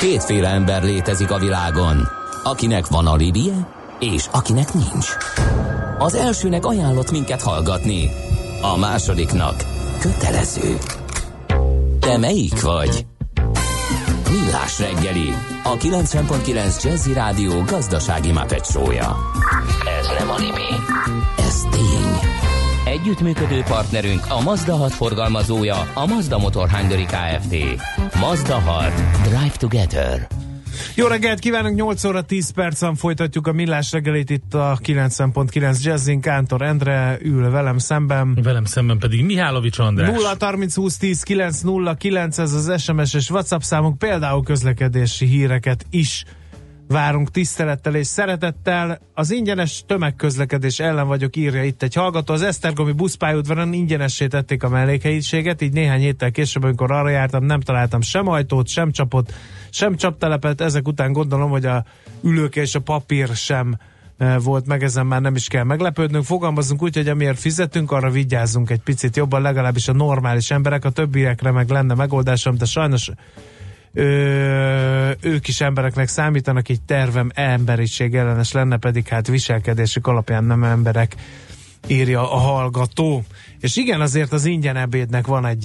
Kétféle ember létezik a világon, akinek van alibije, és akinek nincs. Az elsőnek ajánlott minket hallgatni, a másodiknak kötelező. Te melyik vagy? Millás reggeli, a 90.9 Jazzy Rádió gazdasági Muppet show-ja. Ez nem anime, ez tény. Együttműködő partnerünk a Mazda 6 forgalmazója, a Mazda Motor Hungary Kft. Mazda 6. Drive Together. Jó reggelt kívánunk, 8 óra 10 percen folytatjuk a Millás reggelit itt a 90.9 Jazzin. Kántor Endre ül velem szemben. Velem szemben pedig Mihálovics András. 0-30-20-10-9-0-9, ez az SMS és WhatsApp számunk, például közlekedési híreket is várunk tisztelettel és szeretettel. Az ingyenes tömegközlekedés ellen vagyok, írja itt egy hallgató. Az Esztergomi buszpályaudvaron ingyenessé tették a mellékhelyiséget, így néhány héttel később, amikor arra jártam, nem találtam sem ajtót, sem csapot, sem csaptelepet. Ezek után gondolom, hogy a ülők és a papír sem volt meg, ezen már nem is kell meglepődnünk. Fogalmazunk úgy, hogy amiért fizetünk, arra vigyázzunk egy picit jobban, legalábbis a normális emberek, a többiekre meg lenne megoldásom, de sajnos ők is embereknek számítanak, így tervem emberiség ellenes lenne, pedig hát viselkedésük alapján nem emberek, írja a hallgató. És igen, azért az ingyen ebédnek van egy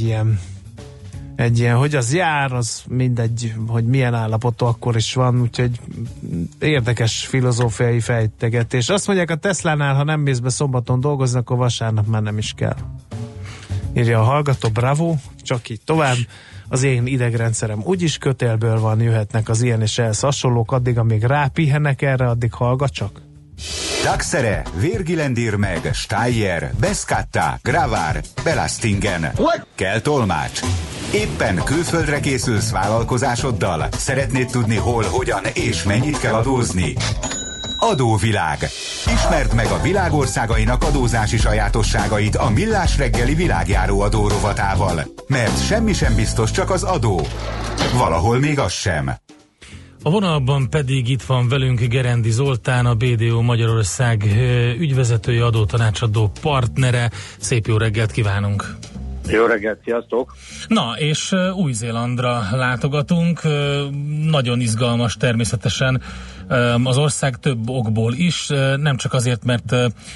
ilyen, hogy az jár, az mindegy, hogy milyen állapotú, akkor is van, úgyhogy érdekes filozófiai fejtegetés. Azt mondják, a Teslánál, ha nem mész be szombaton dolgozni, akkor vasárnap már nem is kell. Írja a hallgató, bravo, csak így tovább. Az én idegrendszerem úgyis kötélből van, jöhetnek az ilyen és ehhez hasonlók, addig, amíg rápihenek erre, addig hallgat csak. Daxere, Virgilendir meg, Steyer, Beskatta, Gravár, Belastingen. Kell tolmács. Éppen külföldre készülsz vállalkozásoddal? Szeretnéd tudni hol, hogyan és mennyit kell adózni? Adóvilág. Ismerd meg a világországainak adózási sajátosságait a Millás reggeli világjáró adó rovatával. Mert semmi sem biztos, csak az adó. Valahol még az sem. A vonalban pedig itt van velünk Gerendi Zoltán, a BDO Magyarország ügyvezetője, adótanácsadó partnere. Szép jó reggelt kívánunk! Jó reggelt, sziasztok! Na, és Új-Zélandra látogatunk. Nagyon izgalmas természetesen az ország több okból is, nem csak azért, mert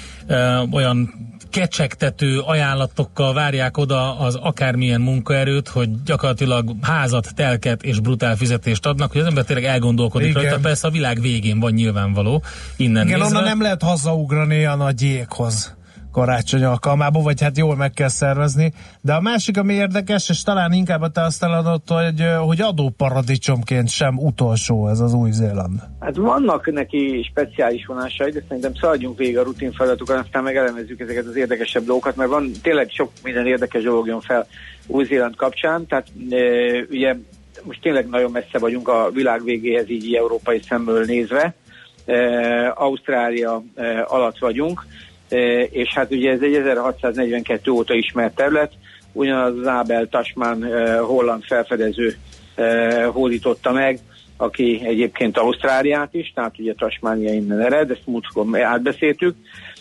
olyan kecsegtető ajánlatokkal várják oda az akármilyen munkaerőt, hogy gyakorlatilag házat, telket és brutál fizetést adnak, hogy az ember tényleg elgondolkodik rajta. Persze a világ végén van nyilvánvaló, innen igen, nézve. onnan nem lehet hazaugrani a nagy jéghoz karácsony alkalmából, vagy hát jól meg kell szervezni. De a másik, ami érdekes, és talán inkább a te azt eladott, hogy adóparadicsomként sem utolsó ez az Új-Zéland. Hát vannak neki speciális vonásai, de szerintem szaladjunk végig a rutin feladatokat, aztán megelemezzük ezeket az érdekesebb dolgokat, mert van tényleg sok minden érdekes dolog jön fel Új-Zéland kapcsán, tehát ugye most tényleg nagyon messze vagyunk a világ végéhez, így európai szemmől nézve. Ausztrália alatt vagyunk, és hát ugye ez egy 1642 óta ismert terület, ugyanaz az Abel Tasman holland felfedező hódította meg, aki egyébként Ausztráliát is, tehát ugye Tasmania innen ered, ezt múltkor átbeszéltük.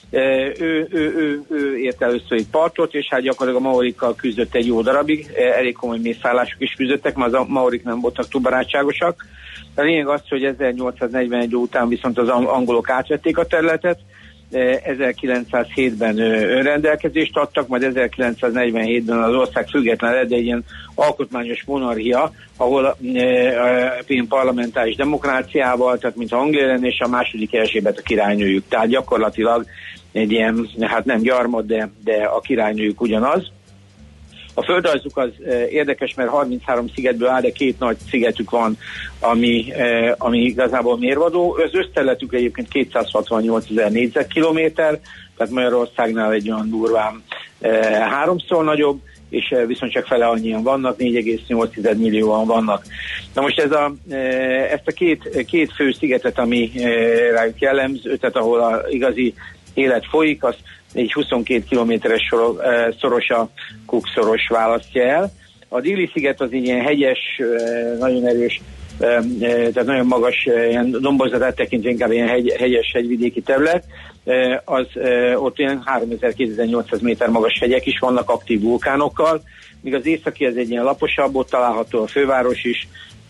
Ő ért először egy partot, és hát gyakorlatilag a maorikkal küzdött egy jó darabig, elég komoly mészárlások is küzdöttek, mert a maorik nem voltak túl barátságosak. A lényeg az, hogy 1841 után viszont az angolok átvették a területet, 1907-ben önrendelkezést adtak, majd 1947-ben az ország független lett, egy ilyen alkotmányos monarchia, ahol parlamentáris demokráciával, tehát mint Anglia lenne, és a második Erzsébet a királynőjük. Tehát gyakorlatilag egy ilyen, hát nem gyarmat, de a királynőjük ugyanaz. A földrajzuk az érdekes, mert 33 szigetből áll, de 2 nagy szigetük van, ami igazából mérvadó. Az összterületük egyébként 268 000 négyzetkilométer, tehát Magyarországnál egy olyan durván 3-szor nagyobb, és viszont csak fele annyian vannak, 4,8 millióan vannak. Na most ezt a két fő szigetet, ami rájuk jellemző, tehát ahol a igazi élet folyik, az egy 22 kilométeres szoros a Cook-szoros választja el. A Dili-sziget az egy ilyen hegyes, nagyon erős, tehát nagyon magas, ilyen dombozatát tekintve inkább ilyen hegyes hegyvidéki terület. Ott ilyen 3000-2800 méter magas hegyek is vannak aktív vulkánokkal, míg az északi ez egy ilyen laposabb, ott található a főváros is,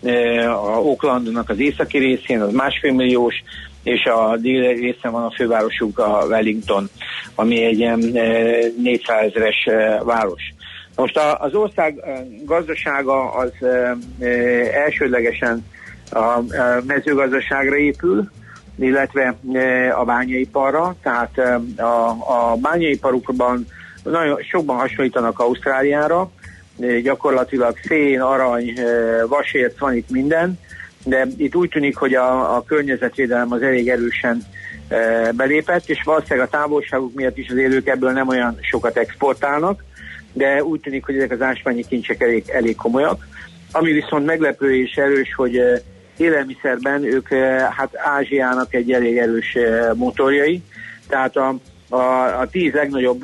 a Aucklandnak az északi részén, az 1,5 milliós, és a déli részen van a fővárosuk, a Wellington, ami egy ilyen 400 000-es város. Most az ország gazdasága az elsődlegesen a mezőgazdaságra épül, illetve a bányaiparra, tehát a bányaiparukban nagyon sokban hasonlítanak Ausztráliára, gyakorlatilag szén, arany, vasérc, van itt minden, de itt úgy tűnik, hogy a környezetvédelem az elég erősen belépett, és valószínűleg a távolságuk miatt is az élők ebből nem olyan sokat exportálnak, de úgy tűnik, hogy ezek az ásványi kincsek elég komolyak. Ami viszont meglepő és erős, hogy élelmiszerben ők hát Ázsiának egy elég erős motorjai, tehát a 10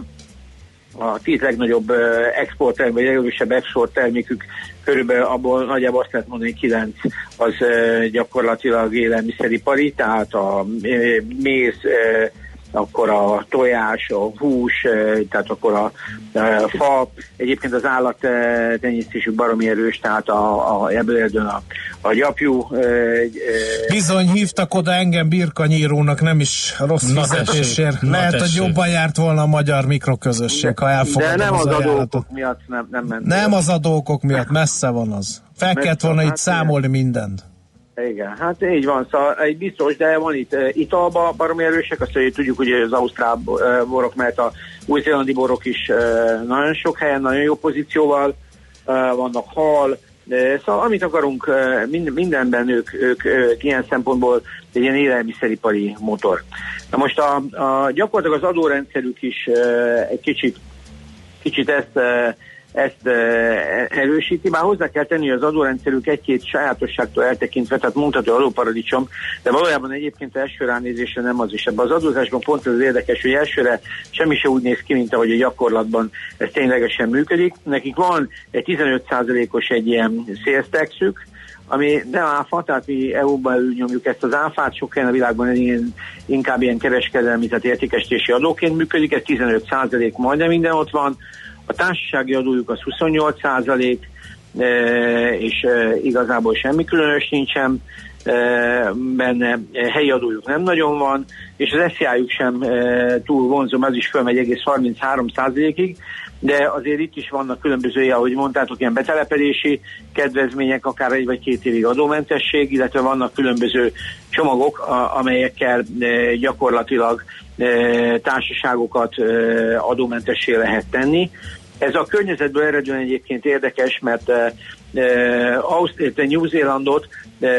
legnagyobb exporttermék, vagy legerősebb exporttermékük körülbelül abból nagyjából azt lehet mondani, 9 az gyakorlatilag élelmiszeripari, tehát a méz, akkor a tojás, a hús, tehát akkor a fa, egyébként az állattenyésztésük baromi erős, tehát ebből a gyapjú. Bizony hívtak oda engem birkanyírónak, nem is rossz fizetésért. Lehet, hogy jobban járt volna a magyar mikroközösség, ha elfogadom. De nem az adókok miatt nem ment. Nem az adókok miatt, messze van az. Fel kellett volna itt számolni mindent. Igen, hát így van, szóval egy biztos, de van itt italba baromi erősek, azt tudjuk, hogy az ausztrál borok, mert a új-zélandi borok is nagyon sok helyen, nagyon jó pozícióval vannak, hal, szóval amit akarunk, mindenben ők ilyen szempontból egy ilyen élelmiszeripari motor. Na most gyakorlatilag az adórendszerük is egy kicsit ezt erősíti, bár hozzá kell tenni, hogy az adórendszerük egy-két sajátosságtól eltekintve, tehát mondható adóparadicsom, de valójában egyébként első ránézésre nem az is. Ebben az adózásban pont az érdekes, hogy elsőre semmi se úgy néz ki, mint ahogy a gyakorlatban ez ténylegesen működik. Nekik van egy 15%-os egy ilyen sales taxük, ami nem áfa, tehát mi EU-ban nyomjuk ezt az áfát, sok helyen a világban inkább ilyen kereskedelmi, tehát értékesítési adóként működik, ez 15%, majdnem minden ott van. A társasági adójuk az 28%, és igazából semmi különös nincsen benne, helyi adójuk nem nagyon van, és az SZIA-juk sem túl vonzó, az is fölmegy egész 33%-ig, de azért itt is vannak különböző, ahogy mondtátok, ilyen betelepedési kedvezmények, akár 1 vagy 2 évig adómentesség, illetve vannak különböző csomagok, amelyekkel gyakorlatilag társaságokat adómentessé lehet tenni. Ez a környezetből eredően egyébként érdekes, mert Új-Zélandot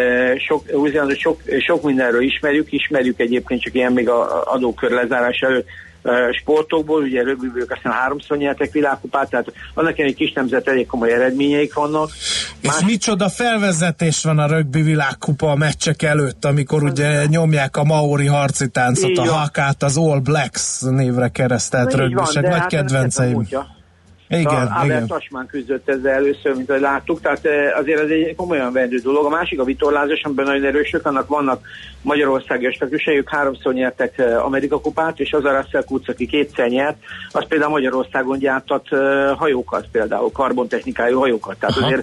sok mindenről ismerjük egyébként csak ilyen még az adókör lezárás előtt sportokból, ugye rögbibők aztán 3-szor nyertek világkupát, tehát annak egy kis nemzet elég komoly eredményeik vannak. És micsoda felvezetés van a rögbi világkupa a meccsek előtt, amikor ugye nyomják a maori harci táncot, a hakát, az All Blacks névre keresztelt rögbisek, nagy kedvenceim. Igen. Albert Tasman küzdött ezzel először, mint ahogy láttuk, tehát azért ez egy komolyan vendő dolog. A másik a vitorlázás, amiben nagyon erősök, annak vannak magyarországi aspektusai, ők 3-szor nyertek Amerika kupát, és az a Russell Kutz, aki 2-szer nyert, az például Magyarországon gyártott hajókat, például karbontechnikájú hajókat. Tehát azért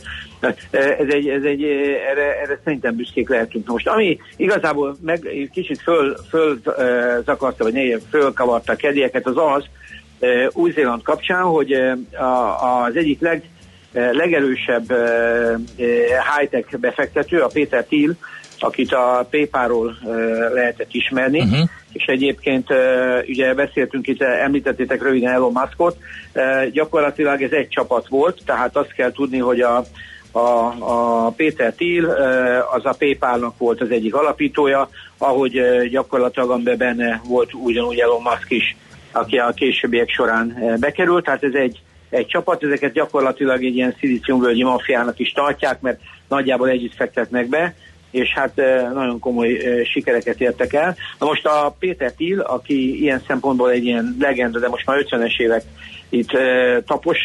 erre szerintem büszkék lehetünk. Most ami igazából kicsit fölzakarta, vagy fölkavarta a kedélyeket, az az, Új-Zéland kapcsán, hogy az egyik legerősebb high-tech befektető, a Peter Thiel, akit a PayPal-ról lehetett ismerni, és egyébként ugye beszéltünk itt, említettétek röviden Elon Muskot, gyakorlatilag ez egy csapat volt, tehát azt kell tudni, hogy a Peter Thiel az a PayPal-nak volt az egyik alapítója, ahogy gyakorlatilag benne volt ugyanúgy Elon Musk is, aki a későbbiek során bekerült, tehát ez egy csapat, ezeket gyakorlatilag egy ilyen szilíciumvölgyi maffiának is tartják, mert nagyjából együtt fektetnek be, és hát nagyon komoly sikereket értek el. Na most a Peter Thiel, aki ilyen szempontból egy ilyen legenda, de most már 50-es évek itt tapossa,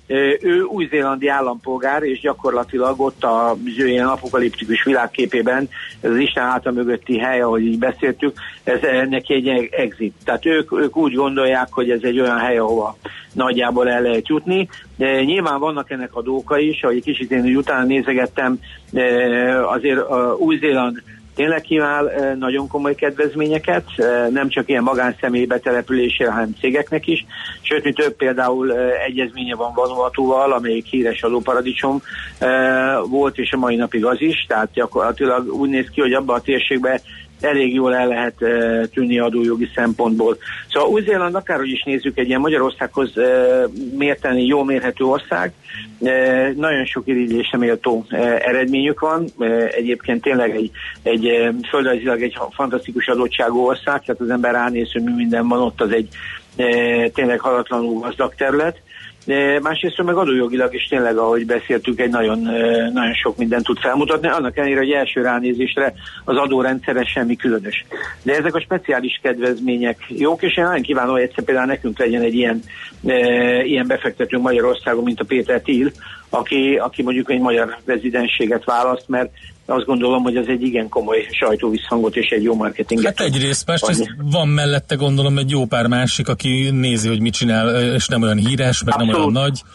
Ő új-zélandi állampolgár, és gyakorlatilag ott az ő ilyen apokaliptikus világképében, ez az Isten háta mögötti hely, ahogy így beszéltük, ez neki egy exit. Tehát ők úgy gondolják, hogy ez egy olyan hely, ahova nagyjából el lehet jutni. De nyilván vannak ennek adóka is, ahogy egy kicsit én utána nézegettem, azért Új-Zéland tényleg kíván nagyon komoly kedvezményeket, nem csak ilyen magánszemély betelepülésére, hanem cégeknek is. Sőt, mi több például egyezménye van Vanuatuval, amelyik híres adóparadicsom volt, és a mai napig az is. Tehát gyakorlatilag úgy néz ki, hogy abban a térségben elég jól el lehet tűnni adójogi szempontból. Szóval Új-Zéland, akárhogy is nézzük, egy ilyen Magyarországhoz mérteni jól mérhető ország. Nagyon sok irigylésre méltó eredményük van. Egyébként tényleg egy földrajzilag egy fantasztikus adottságú ország, tehát az ember ránéz, hogy mi minden van ott, az egy tényleg halatlanul gazdag terület. De másrészt meg adójogilag is tényleg, ahogy beszéltük, egy nagyon, nagyon sok mindent tud felmutatni, annak ellenére, hogy első ránézésre az adórendszerre semmi különös. De ezek a speciális kedvezmények jók, és én nagyon kívánom, hogy egyszer például nekünk legyen egy ilyen befektető Magyarországon, mint a Péter Thiel, aki mondjuk egy magyar rezidenséget választ, mert azt gondolom, hogy ez egy igen komoly sajtóvisszhangot és egy jó marketinget. Hát egyrészt, másrészt van mellette gondolom egy jó pár másik, aki nézi, hogy mit csinál, és nem olyan híres, meg abszolút. Nem olyan nagy.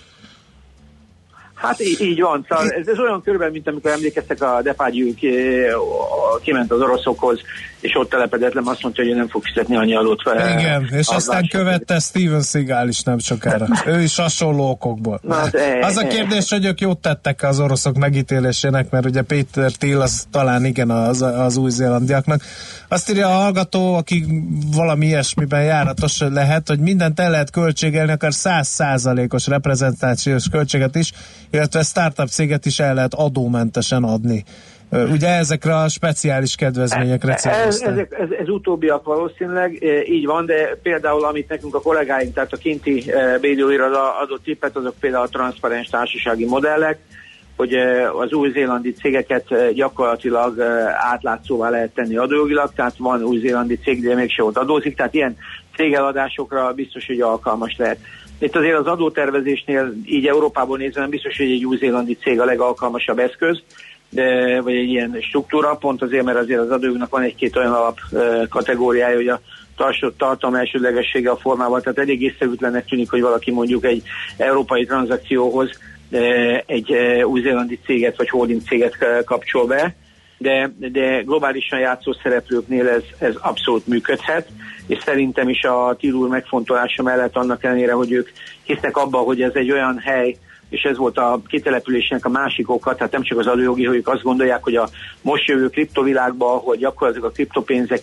Hát így van. Szóval ez olyan körülbelül, mint amikor emlékeztek a Depardieu kiment az oroszokhoz, és ott telepedett le, azt mondta, hogy ő nem fog fizetni annyi adót. Igen, és aztán követte Steven Seagal is nem sokára. Ő is hasonló okokból. Az a kérdés, hogy ők jót tettek az oroszok megítélésének, mert ugye Péter Thiel az talán igen az új-zélandiaknak. Azt írja a hallgató, aki valami ilyesmiben járatos lehet, hogy mindent el lehet költségelni, akár 100%-os reprezentációs költséget is, illetve startup céget is el lehet adómentesen adni. Ugye ezekre a speciális kedvezményekre céloztak. Ez utóbbiak valószínűleg így van, de például amit nekünk a kollégáink, tehát a kinti BDO-iroda adott tippet, azok például a transzparens társasági modellek, hogy az új-zélandi cégeket gyakorlatilag átlátszóvá lehet tenni adójogilag, tehát van új-zélandi cég, de mégsem ott adózik, tehát ilyen cégeladásokra biztos, hogy alkalmas lehet. Itt azért az adótervezésnél így Európából nézve nem biztos, hogy egy új-zélandi cég a legalkalmasabb eszköz, vagy egy ilyen struktúra, pont azért, mert azért az adójognak van egy-két olyan alap kategóriája, hogy a tartalma elsődlegessége a formával, tehát elég észszerűtlennek tűnik, hogy valaki mondjuk egy európai tranzakcióhoz egy új-zélandi céget vagy holding céget kapcsol be, de globálisan játszó szereplőknél ez abszolút működhet, és szerintem is a Thiel úr megfontolása mellett annak ellenére, hogy ők hisznek abban, hogy ez egy olyan hely, és ez volt a kitelepülésének a másik oka, tehát nem csak az adójogi, hogy ők azt gondolják, hogy a most jövő kriptovilágban, hogy gyakorlatilag a kriptopénzek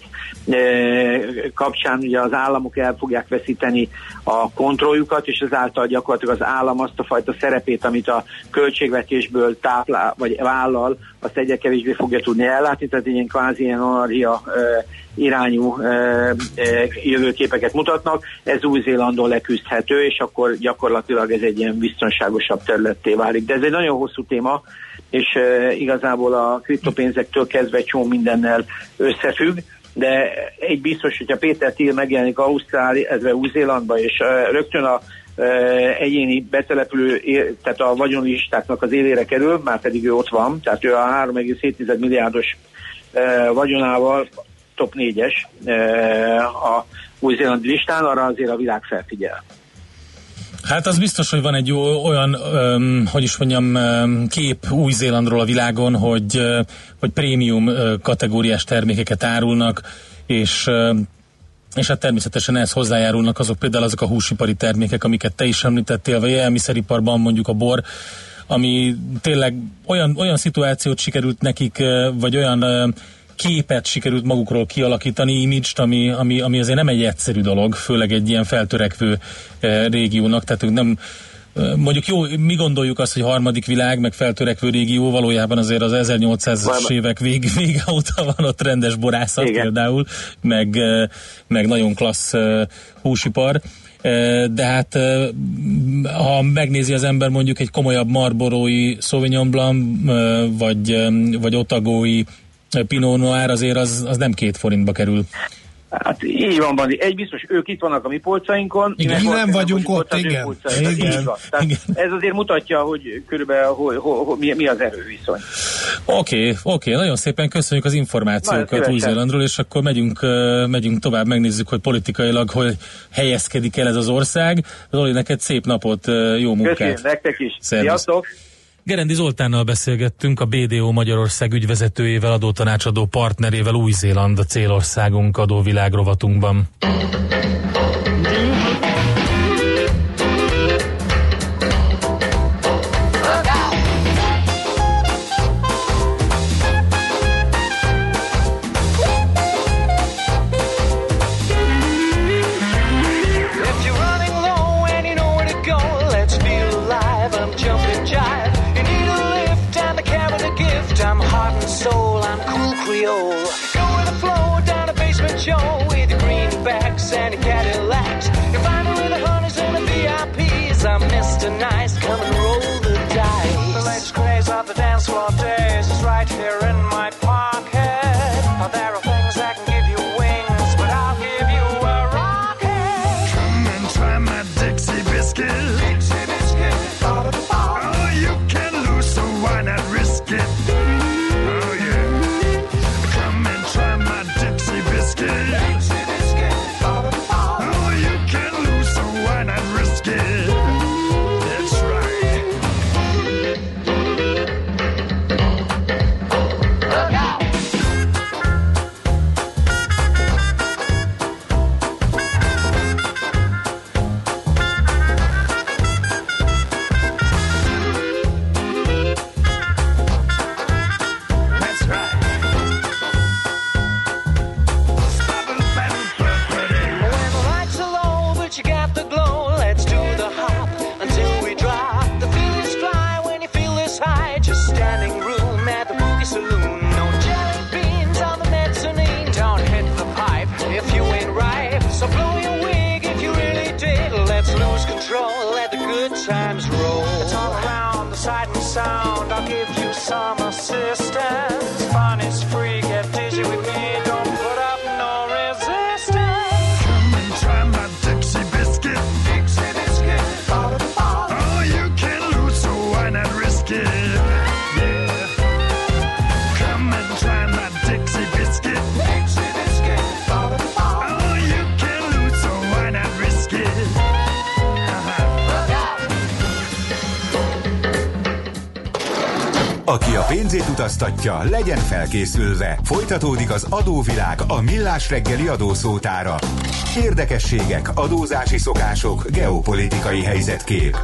kapcsán ugye az államok el fogják veszíteni a kontrolljukat, és ezáltal gyakorlatilag az állam azt a fajta szerepét, amit a költségvetésből táplál, vagy vállal, azt egyre kevésbé fogja tudni ellátni, tehát ilyen kvázi ilyen anarchia irányú jövőképeket mutatnak. Ez Új-Zélandon leküzdhető, és akkor gyakorlatilag ez egy ilyen biztonságosabb területté válik. De ez egy nagyon hosszú téma, és igazából a kriptopénzektől kezdve egy csomó mindennel összefügg, de egy biztos, hogyha Péter Thiel megjelenik Új-Zélandba, és rögtön a egyéni betelepülő, tehát a vagyonlistáknak az élére kerül, már pedig ő ott van, tehát ő a 3,7 milliárdos vagyonával top 4-es a új-zélandi listán, arra azért a világ felfigyel. Hát az biztos, hogy van egy olyan, hogy is mondjam, kép Új-Zélandról a világon, hogy prémium kategóriás termékeket árulnak, és hát természetesen ehhez hozzájárulnak azok például azok a húsipari termékek, amiket te is említettél, vagy élelmiszeriparban mondjuk a bor, ami tényleg olyan szituációt sikerült nekik, vagy olyan képet sikerült magukról kialakítani, image-t, ami azért nem egy egyszerű dolog, főleg egy ilyen feltörekvő régiónak, tehát ők nem, mondjuk jó, mi gondoljuk azt, hogy harmadik világ, meg feltörekvő régió, valójában azért az 1800-as évek vége óta van ott rendes borászat. Igen. Például, meg nagyon klassz húsipar. De hát ha megnézi az ember mondjuk egy komolyabb marlborói Sauvignon Blanc, vagy otagói Pinot Noir, azért az nem 2 forintba kerül. Hát így van, Bandi. Egy biztos, ők itt vannak a mi polcainkon. Igen, mi nem vagyunk ott, igen. Ez azért mutatja, hogy körülbelül mi az erőviszony. Oké, nagyon szépen köszönjük az információkat Új-Zélandról, és akkor megyünk tovább, megnézzük, hogy politikailag hogy helyezkedik el ez az ország. Zoli, neked szép napot, jó munkát! Köszönjük, nektek is! Sziasztok! Gerendi Zoltánnal beszélgettünk, a BDO Magyarország ügyvezetőjével, adótanácsadó partnerével. Új-Zéland a célországunk adóvilág rovatunkban. Nice, come and roll the dice. The latest craze of the dance floor days is right here in my pocket. Oh, there are things that can give you wings, but I'll give you a rocket. Come and try my Dixie biscuit. Dixie biscuit. Oh, you can lose, so why not risk it? Oh yeah. Come and try my Dixie biscuit. Dixie biscuit. Oh, you can lose, so why not risk it? Times roll. It's all around the sight and sound. I'll give you some assistance. Fun is free, get dizzy with me. Don't put up no resistance. Come and try my Dixie biscuit. Dixie biscuit. Oh, you can lose, so why not risk it? Yeah. Come and try my Dixie biscuit. Dixie biscuit. Oh, you can lose, so why not risk it? Aki a pénzét utaztatja, legyen felkészülve. Folytatódik az adóvilág, a millás reggeli adószótára. Érdekességek, adózási szokások, geopolitikai helyzetkép.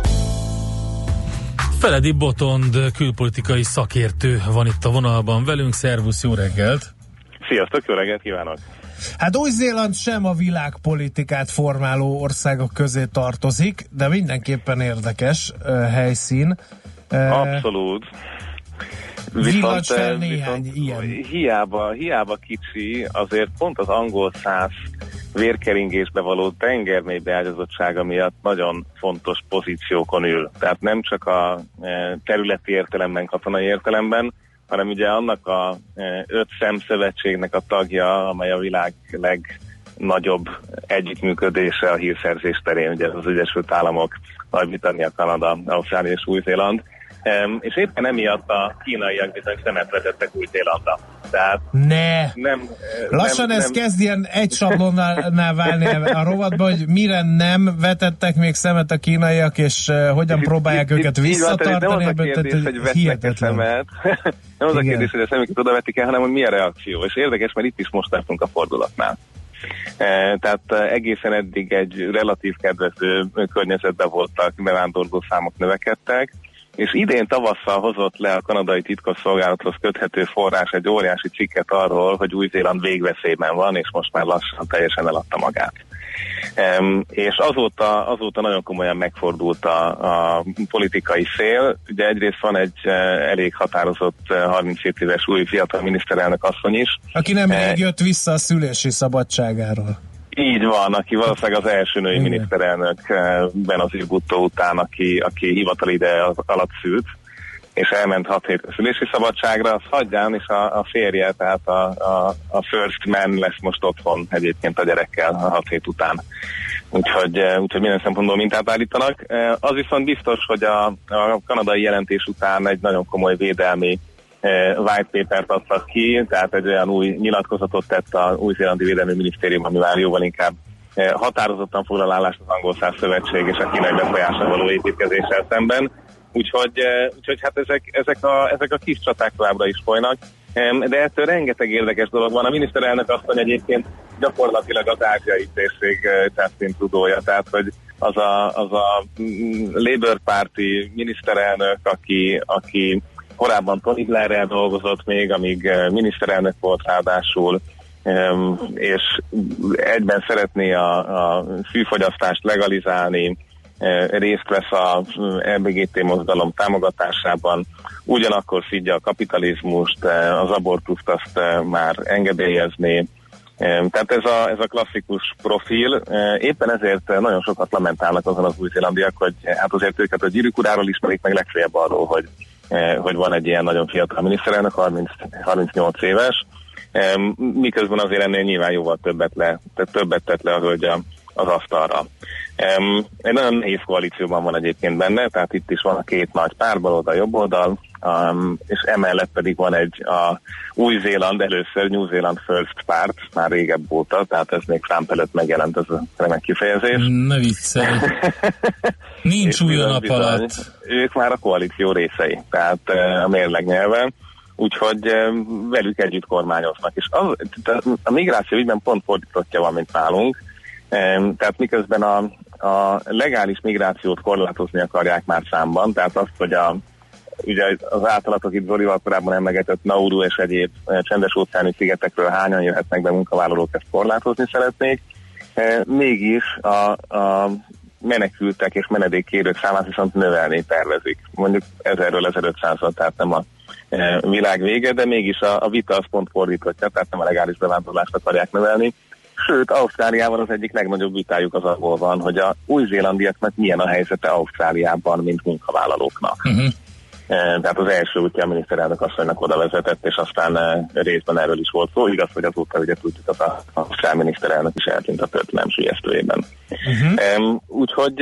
Feledi Botond külpolitikai szakértő van itt a vonalban velünk. Szervusz, jó reggelt! Sziasztok, jó reggelt kívánok! Hát Új-Zéland sem a világpolitikát formáló országok közé tartozik, de mindenképpen érdekes helyszín. Abszolút. Viszont fel néhány ilyen. Hiába kicsi, azért pont az angol száz vérkeringésbe való tengermély beágyazottsága miatt nagyon fontos pozíciókon ül. Tehát nem csak a területi értelemben, katonai értelemben, hanem ugye annak a 5 szemszövetségnek a tagja, amely a világ legnagyobb együttműködése a hírszerzés terén, ugye az Egyesült Államok, Nagy-Britannia, Kanada, Ausztrália és Új-Zéland. És éppen emiatt a kínaiak bizony szemet vetettek Új-Zélandra. Tehát Lassan ez kezd ilyen egy sablonnál válni a rovatban, hogy mire nem vetettek még szemet a kínaiak, és hogyan próbálják őket visszatartani. Nem az a kérdés, hogy vetnek szemet, nem az a kérdés, hogy a szemüket oda vetik el, hanem hogy milyen reakció. És érdekes, mert itt is most tartunk a fordulatnál. Tehát egészen eddig egy relatív kedvező környezetben voltak, bevándorló számok növekedtek, és idén tavasszal hozott le a kanadai titkosszolgálathoz köthető forrás egy óriási cikket arról, hogy Új-Zéland végveszélyben van, és most már lassan teljesen eladta magát. És azóta nagyon komolyan megfordult a politikai szél. Ugye egyrészt van egy elég határozott 37 éves új fiatal miniszterelnök asszony is. Aki nem még jött vissza a szülési szabadságáról. Így van, aki valószínűleg az első női miniszterelnök Benazir Bhutto után, aki hivatali ide alatt szült. és elment 6 hét szülési szabadságra, az hagyján, és a férje, tehát a first man lesz most otthon egyébként a gyerekkel a 6 hét után. Úgyhogy minden szempontból mintát állítanak. Az viszont biztos, hogy a kanadai jelentés után egy nagyon komoly védelmi white papert adtak ki, tehát egy olyan új nyilatkozatot tett az új-zélandi védelmi minisztérium, ami már jóval inkább határozottan foglal állást az angol száz szövetség és a kínai befolyással való építkezéssel szemben. Úgyhogy hát ezek a kis csaták továbbra is folynak, de ettől rengeteg érdekes dolog van. A miniszterelnök asszony egyébként gyakorlatilag az ázsiai térség Justin Trudeauja, tehát hogy az a Labour Party miniszterelnök, aki korábban Tony Blairrel dolgozott még, amíg miniszterelnök volt ráadásul, és egyben szeretné a fűfogyasztást legalizálni, részt vesz az LBGT mozgalom támogatásában, ugyanakkor szidja a kapitalizmust, az abortuszt azt már engedélyezni. Tehát ez a klasszikus profil. Éppen ezért nagyon sokat lamentálnak azon az új-zélandiak, hogy hát azért őket a gyűrűk uráról ismerik meg legfeljebb arról, hogy van egy ilyen nagyon fiatal miniszterelnök, 38 éves, miközben azért ennél nyilván jóval többet tett le a hölgy az asztalra. Egy nagyon nehéz koalícióban van egyébként benne, tehát itt is van a két nagy párt, baloldal, jobb oldal, és emellett pedig van a Új-Zéland, először New Zealand First párt, már régebb óta, tehát ez még Trump előtt megjelent ez a remek kifejezés. Ne viccelj! Nincs új a nap alatt. Ők már a koalíció részei, tehát a mérleg nyelven, úgyhogy velük együtt kormányoznak. És a migráció ügyben pont fordítottja van, mint nálunk, tehát miközben a legális migrációt korlátozni akarják már számban, tehát azt, hogy ugye az általatok itt Zolival korábban emlegetett Nauru és egyéb csendes-óceáni szigetekről hányan jöhetnek be munkavállalók, ezt korlátozni szeretnék. Mégis a menekültek és menedékkérők számát viszont növelni tervezik. Mondjuk 1000-ről 1500-ra, tehát nem a világ vége, de mégis a vita az pont fordítottja, tehát nem a legális bevándorlást akarják növelni. Sőt, Ausztráliában az egyik legnagyobb vitájuk az abból van, hogy a új-zélandiaknak milyen a helyzete Ausztráliában, mint munkavállalóknak. Tehát az első útja a miniszterelnök asszonynak oda vezetett, és aztán részben erről is volt szó. Igaz, hogy azóta ugye tudjuk, az ausztrál miniszterelnök is eltűnt a történelem sülyeztőjében. Úgyhogy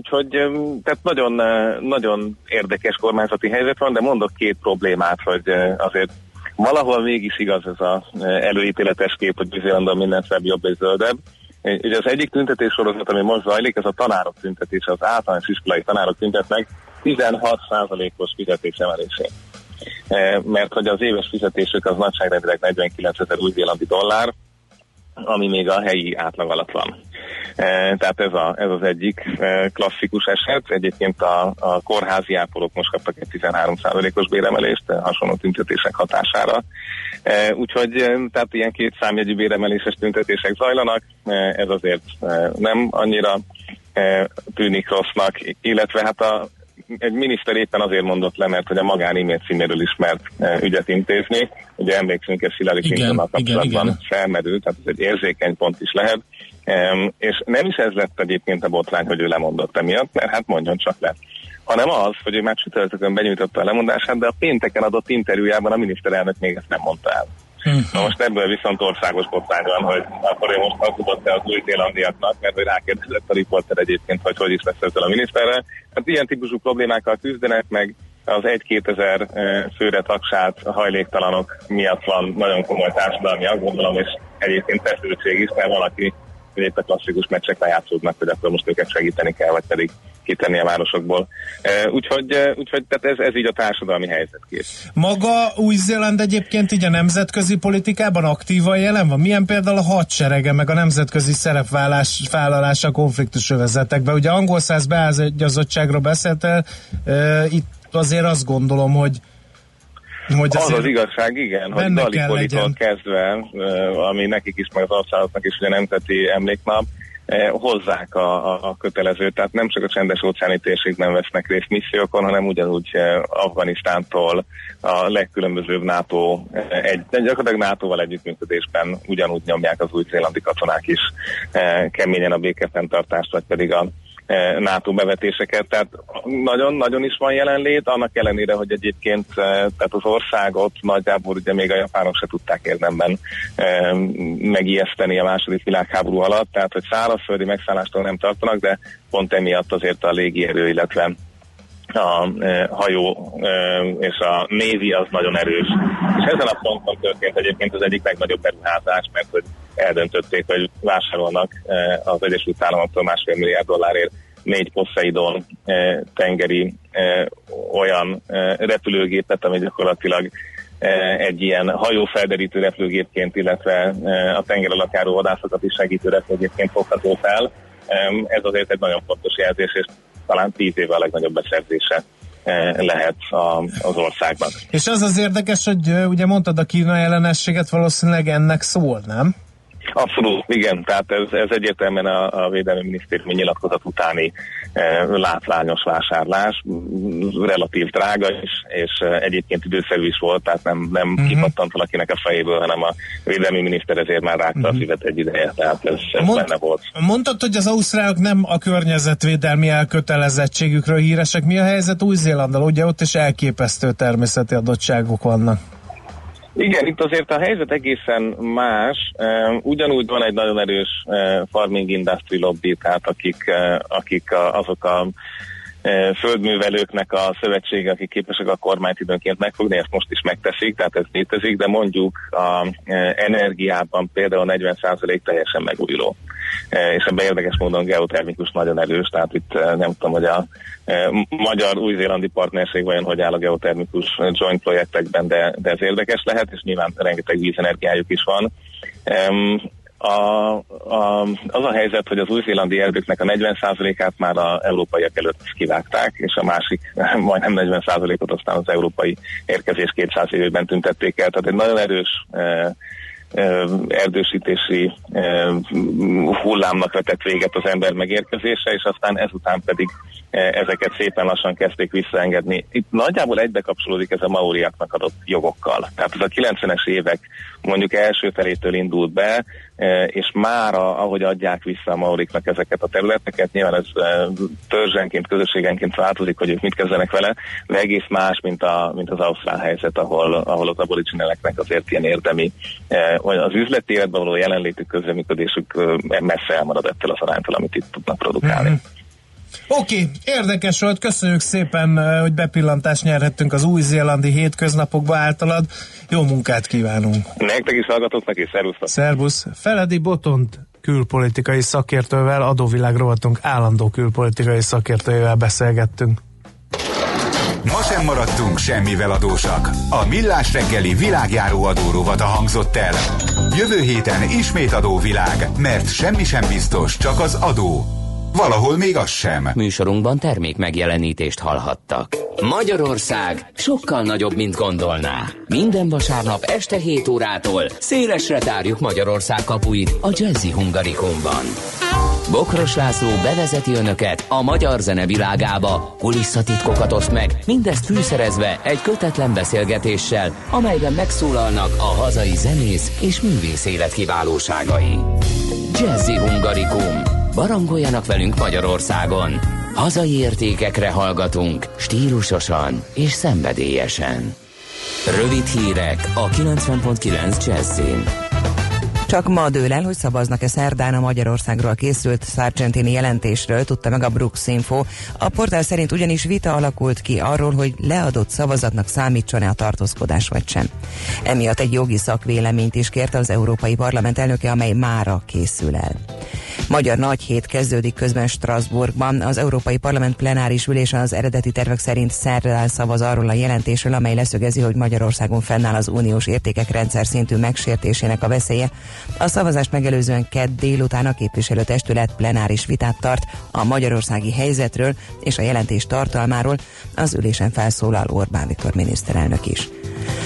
tehát nagyon, nagyon érdekes kormányzati helyzet van, de mondok két problémát, hogy azért valahol mégis igaz ez az előítéletes kép, hogy Új-Zélandon minden szebb, jobb és zöldebb. Ugye az egyik tüntetés sorozat, ami most zajlik, ez a tanárok tüntetése, az általános iskolai tanárok tüntetnek 16%-os fizetésemelésén. Mert hogy az éves fizetésük az nagyságrendileg 49 000 új-zélandi dollár, ami még a helyi átlag alatt van. Tehát ez az egyik klasszikus eset. Egyébként a kórházi ápolók most kaptak egy 13%-os béremelést hasonló tüntetések hatására. Úgyhogy tehát ilyen két számjegyű béremeléses tüntetések zajlanak, ez azért nem annyira tűnik rossznak, illetve hát egy miniszter éppen azért mondott le, mert hogy a magán e-mail címéről ismert ügyet intézni. Ugye emlékszünk, ez Hillary Clintonnal kapcsolatban felmerült, tehát ez egy érzékeny pont is lehet. És nem is ez lett egyébként a botrány, hogy ő lemondott emiatt, mert hát mondjon csak le. Hanem az, hogy ő már csütörtökön benyújtotta a lemondását, de a pénteken adott interjújában a miniszterelnök még ezt nem mondta el. Na most ebből viszont országos botrány van, hogy akkor ő most hazudott-e az új-zélandiaknak, mert hogy rákérdezett a riporter egyébként, hogy is lesz ezzel a miniszterrel. Hát ilyen típusú problémákkal küzdenek, meg az 1-2 ezer főre tagsát hajléktalanok miatt van nagyon komoly társadalmi aggodalom, és egyébként feszültség is, mert valaki itt a klasszikus meccsekre játszódnak, hogy akkor most őket segíteni kell, vagy pedig kitenni a városokból. Úgyhogy tehát ez így a társadalmi helyzetkép. Maga Új-Zéland egyébként így a nemzetközi politikában aktívan jelen van? Milyen például a hadserege, meg a nemzetközi szerepvállalása a konfliktusövezetekben? Ugye angol száz beágyazottságról beszéltél, itt azért azt gondolom, hogy az igazság, igen, hogy Gallipoli-tól kezdve, ami nekik is, meg az országoknak is ugye nemzeti emléknap, hozzák a kötelezőt, tehát nem csak a csendes-óceáni térségben vesznek részt missziókon, hanem ugyanúgy Afganisztántól a legkülönbözőbb NATO, gyakorlatilag NATO-val együttműködésben ugyanúgy nyomják az új-zélandi katonák is keményen a békefenntartást, vagy pedig a NATO bevetéseket, tehát nagyon-nagyon is van jelenlét, annak ellenére, hogy egyébként tehát az országot nagyjából ugye még a japánok se tudták érdemben megijeszteni a második világháború alatt, tehát hogy szárazföldi megszállástól nem tartanak, de pont emiatt azért a légierő, illetve a hajó és a Navy az nagyon erős. És ezen a ponton történt egyébként az egyik legnagyobb beruházás, mert hogy eldöntötték, hogy vásárolnak az Egyesült Államoktól $1,5 milliárd 4 Poseidon tengeri olyan repülőgépet, ami gyakorlatilag egy ilyen hajófelderítő repülőgépként, illetve a tenger alatt járó vadászokat is segítő repülőgépként fogható fel. Ez azért egy nagyon fontos jelzés, és talán 10 éve a legnagyobb beszerzése lehet az országnak. És az érdekes, hogy ugye mondtad, a kínai ellenességet valószínűleg ennek szól, nem? Abszolút, igen, tehát ez egyértelműen a Védelmi Minisztérium nyilatkozat utáni látványos vásárlás, relatív drága is, és egyébként időszerű is volt, tehát nem kipattant valakinek a fejéből, hanem a védelmi miniszter ezért már rágta a szívet egy ideje, tehát ez benne volt. Mondtad, hogy az ausztrálok nem a környezetvédelmi elkötelezettségükről híresek. Mi a helyzet Új-Zélanddal? Ugye ott is elképesztő természeti adottságok vannak. Igen, itt azért a helyzet egészen más. Ugyanúgy van egy nagyon erős farming industry lobby, tehát akik azok a földművelőknek a szövetsége, akik képesek a kormányt időnként megfogni, ezt most is megteszik, tehát ez létezik, de mondjuk a energiában például 40% teljesen megújuló. És ebben érdekes módon geotermikus nagyon erős, tehát itt nem tudom, hogy a magyar-új-zélandi partnerség vajon hogy áll a geotermikus joint projektekben, de ez érdekes lehet, és nyilván rengeteg vízenergiájuk is van. Az a helyzet, hogy az új-zélandi erdőknek a 40%-át már az európaiak előtt kivágták, és a másik majdnem 40%-ot aztán az európai érkezés 200 évben tüntették el. Tehát egy nagyon erős erdősítési hullámnak vetett véget az ember megérkezése, és aztán ezután pedig ezeket szépen lassan kezdték visszaengedni. Itt nagyjából egybe kapcsolódik ez a maóriaknak adott jogokkal. Tehát ez a 90-es évek mondjuk első felétől indult be, és mára, ahogy adják vissza a maóriknak ezeket a területeket, nyilván ez törzsenként, közösségenként változik, hogy ők mit kezdenek vele, de egész más, mint az ausztrál helyzet, ahol az aborigineleknek azért ilyen érdemi, az üzleti életben való jelenlétük, közreműködésük messze elmarad ettől az aránytól, amit itt tudnak produkálni. Oké, érdekes volt, köszönjük szépen, hogy bepillantást nyerhettünk az új-zélandi hétköznapokba általad. Jó munkát kívánunk! Nektek is hallgatóknak, és szervusztok! Szervusz! Feledi Botont külpolitikai szakértővel, Adóvilág rovatunk állandó külpolitikai szakértőjével beszélgettünk. Ma sem maradtunk semmivel adósak. A Millás reggeli világjáró adórovata hangzott el. Jövő héten ismét adóvilág, mert semmi sem biztos, csak az adó. Valahol még az sem. Műsorunkban termék megjelenítést hallhattak. Magyarország sokkal nagyobb, mint gondolná. Minden vasárnap este 7 órától szélesre tárjuk Magyarország kapuit a Jazzy Hungarikumban. Bokros László bevezeti önöket a magyar zene világába, kulisszatitkokat oszt meg, mindezt fűszerezve egy kötetlen beszélgetéssel, amelyben megszólalnak a hazai zenész és művész élet kiválóságai. Jazzy Hungarikum. Barangoljanak velünk Magyarországon. Hazai értékekre hallgatunk, stílusosan és szenvedélyesen. Rövid hírek a 90.9 Jazzin. Csak ma dől el, hogy szavaznak-e szerdán a Magyarországról készült Sargentini jelentésről, tudta meg a Brooks Info. A portál szerint ugyanis vita alakult ki arról, hogy leadott szavazatnak számítson-e a tartózkodás vagy sem. Emiatt egy jogi szakvéleményt is kérte az Európai Parlament elnöke, amely mára készül el. Magyar nagy hét kezdődik közben Strasbourgban. Az Európai Parlament plenáris ülésen az eredeti tervek szerint szerdán szavaz arról a jelentésről, amely leszögezi, hogy Magyarországon fennáll az uniós értékek rendszer szintű megsértésének a veszélye. A szavazást megelőzően kedd délután a képviselőtestület plenáris vitát tart a magyarországi helyzetről és a jelentés tartalmáról, az ülésen felszólal Orbán Viktor miniszterelnök is.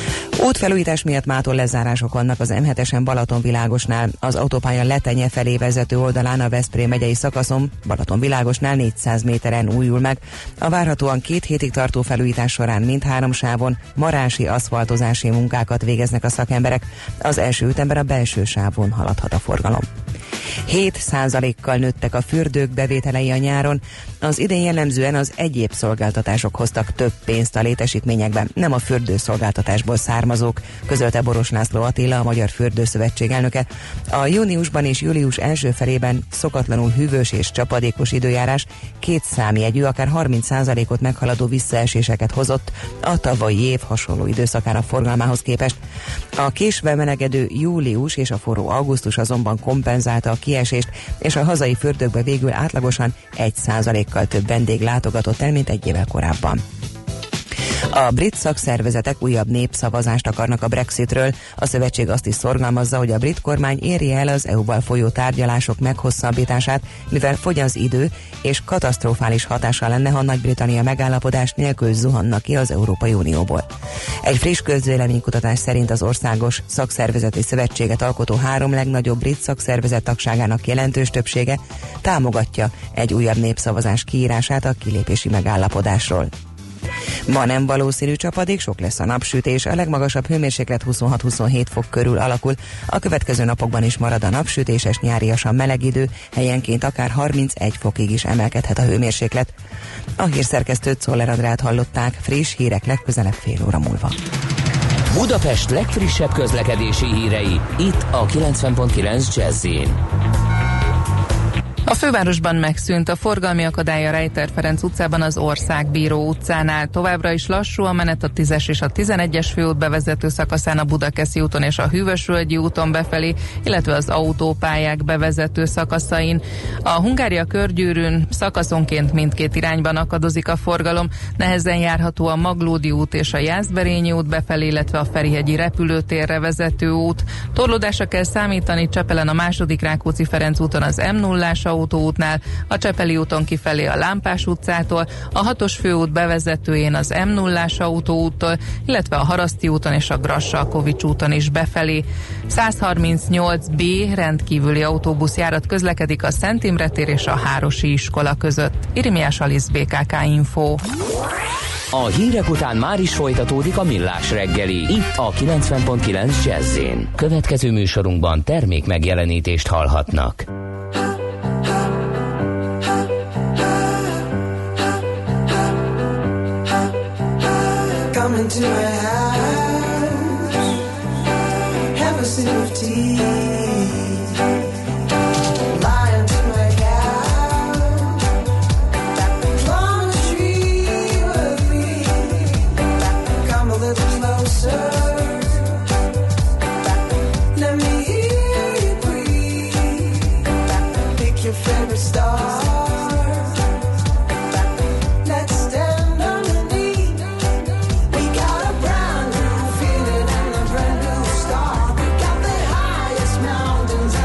Útfelújítás miatt mától lezárások vannak az M7-esen Balatonvilágosnál. Az autópálya Letenye felé vezető oldalán a Veszprém megyei szakaszon Balatonvilágosnál 400 méteren újul meg. A várhatóan 2 hétig tartó felújítás során mindhárom sávon marási aszfaltozási munkákat végeznek a szakemberek. Az első ütemben a belső sávon haladhat a forgalom. 7%-kal nőttek a fürdők bevételei a nyáron. Az idén jellemzően az egyéb szolgáltatások hoztak több pénzt a létesítményekben, nem a fürdőszolgáltatásból származók, közölte Boros László Attila, a Magyar Fürdőszövetség elnöke. A júniusban és július első felében szokatlanul hűvös és csapadékos időjárás 2 számjegyű, akár 30%-ot meghaladó visszaeséseket hozott a tavalyi év hasonló időszakának forgalmához képest. A késve melegedő július és a forró augusztus azonban kompenzálta a kiesést, és a hazai fürdőkbe végül átlagosan 1%-kal több vendég látogatott el, mint egy évvel korábban. A brit szakszervezetek újabb népszavazást akarnak a Brexitről. A szövetség azt is szorgalmazza, hogy a brit kormány érje el az EU-val folyó tárgyalások meghosszabbítását, mivel fogy az idő, és katasztrofális hatása lenne, ha Nagy-Britannia megállapodás nélkül zuhanna ki az Európai Unióból. Egy friss közvéleménykutatás szerint az országos szakszervezeti szövetséget alkotó 3 legnagyobb brit szakszervezet tagságának jelentős többsége támogatja egy újabb népszavazás kiírását a kilépési megállapodásról. Ma nem valószínű csapadék, sok lesz a napsütés, a legmagasabb hőmérséklet 26-27 fok körül alakul, a következő napokban is marad a napsütéses, nyáriasan meleg idő, helyenként akár 31 fokig is emelkedhet a hőmérséklet. A hírszerkesztőt, Czoller Andrát hallották, friss hírek legközelebb fél óra múlva. Budapest legfrissebb közlekedési hírei, itt a 90.9 Jazz-in. A fővárosban megszűnt a forgalmi akadály a Rejter Ferenc utcában az Országbíró utcánál. Továbbra is lassú a menet a 10-es és a 11-es főút bevezető szakaszán a Budakeszi úton és a Hűvösvölgyi úton befelé, illetve az autópályák bevezető szakaszain. A Hungária körgyűrűn szakaszonként mindkét irányban akadozik a forgalom, nehezen járható a Maglódi út és a Jászberényi út befelé, illetve a Ferihegyi repülőtérre vezető út. Torlódásra kell számítani Csepelen a II. Rákóczi-Ferenc úton az M0-ás autóútnál, a Csepeli úton kifelé a Lámpás utcától, a 6-os főút bevezetőjén az M0-ás autóúttól, illetve a Haraszti úton és a Grassalkovics úton is befelé. 138B rendkívüli autóbuszjárat közlekedik a Szent Imre tér és a Hárosi iskola között. Irimiás Alisz, BKK Info. A hírek után már is folytatódik a Millás reggeli, itt a 90.9 Jazz-in. Következő műsorunkban termék megjelenítést hallhatnak. Come into my house, have a sip of tea, lie into my couch, climb a tree with me, come a little closer, let me hear you breathe, pick your favorite star. Mountains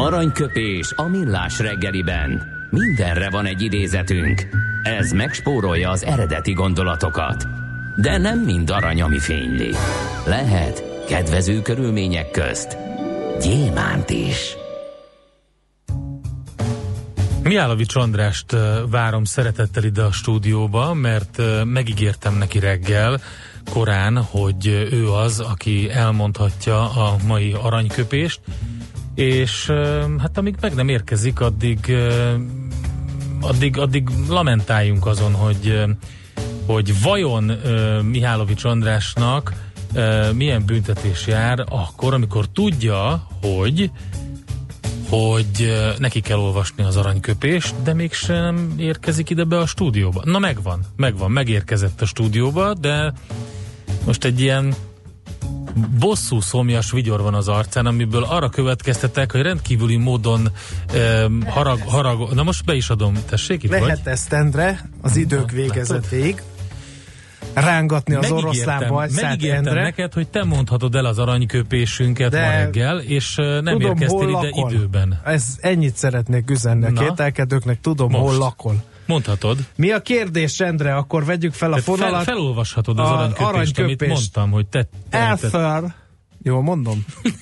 Aranyköpés a millás reggeliben. Mindenre van egy idézetünk. Ez megspórolja az eredeti gondolatokat. De nem mind arany, ami fényli. Lehet kedvező körülmények közt gyémánt is. Mihálovics Andrást várom szeretettel ide a stúdióba, mert megígértem neki reggel korán, hogy ő az, aki elmondhatja a mai aranyköpést, és hát amíg meg nem érkezik, addig lamentáljunk azon, hogy vajon Mihálovics Andrásnak milyen büntetés jár akkor, amikor tudja, hogy neki kell olvasni az aranyköpést, de mégsem érkezik ide be a stúdióba. Na megérkezett a stúdióba, de most egy ilyen bosszú szomjas vigyor van az arcán, amiből arra következtetek, hogy rendkívüli módon harag. Na most be is adom, tessék, itt lehet vagy? ezt, Endre, az idők végezetéig rángatni az oroszlán bajszát, Megígértem Endre. neked, hogy te mondhatod el az aranyköpésünket ma reggel, és nem tudom, érkeztél ide lakol. időben. Ennyit szeretnék üzenni a kételkedőknek, tudom, Most. hol lakol. Mondhatod. Mi a kérdés, Endre? Akkor vegyük fel a fonalat. Felolvashatod az aranyköpést, amit mondtam, hogy te Arthur, jól mondom?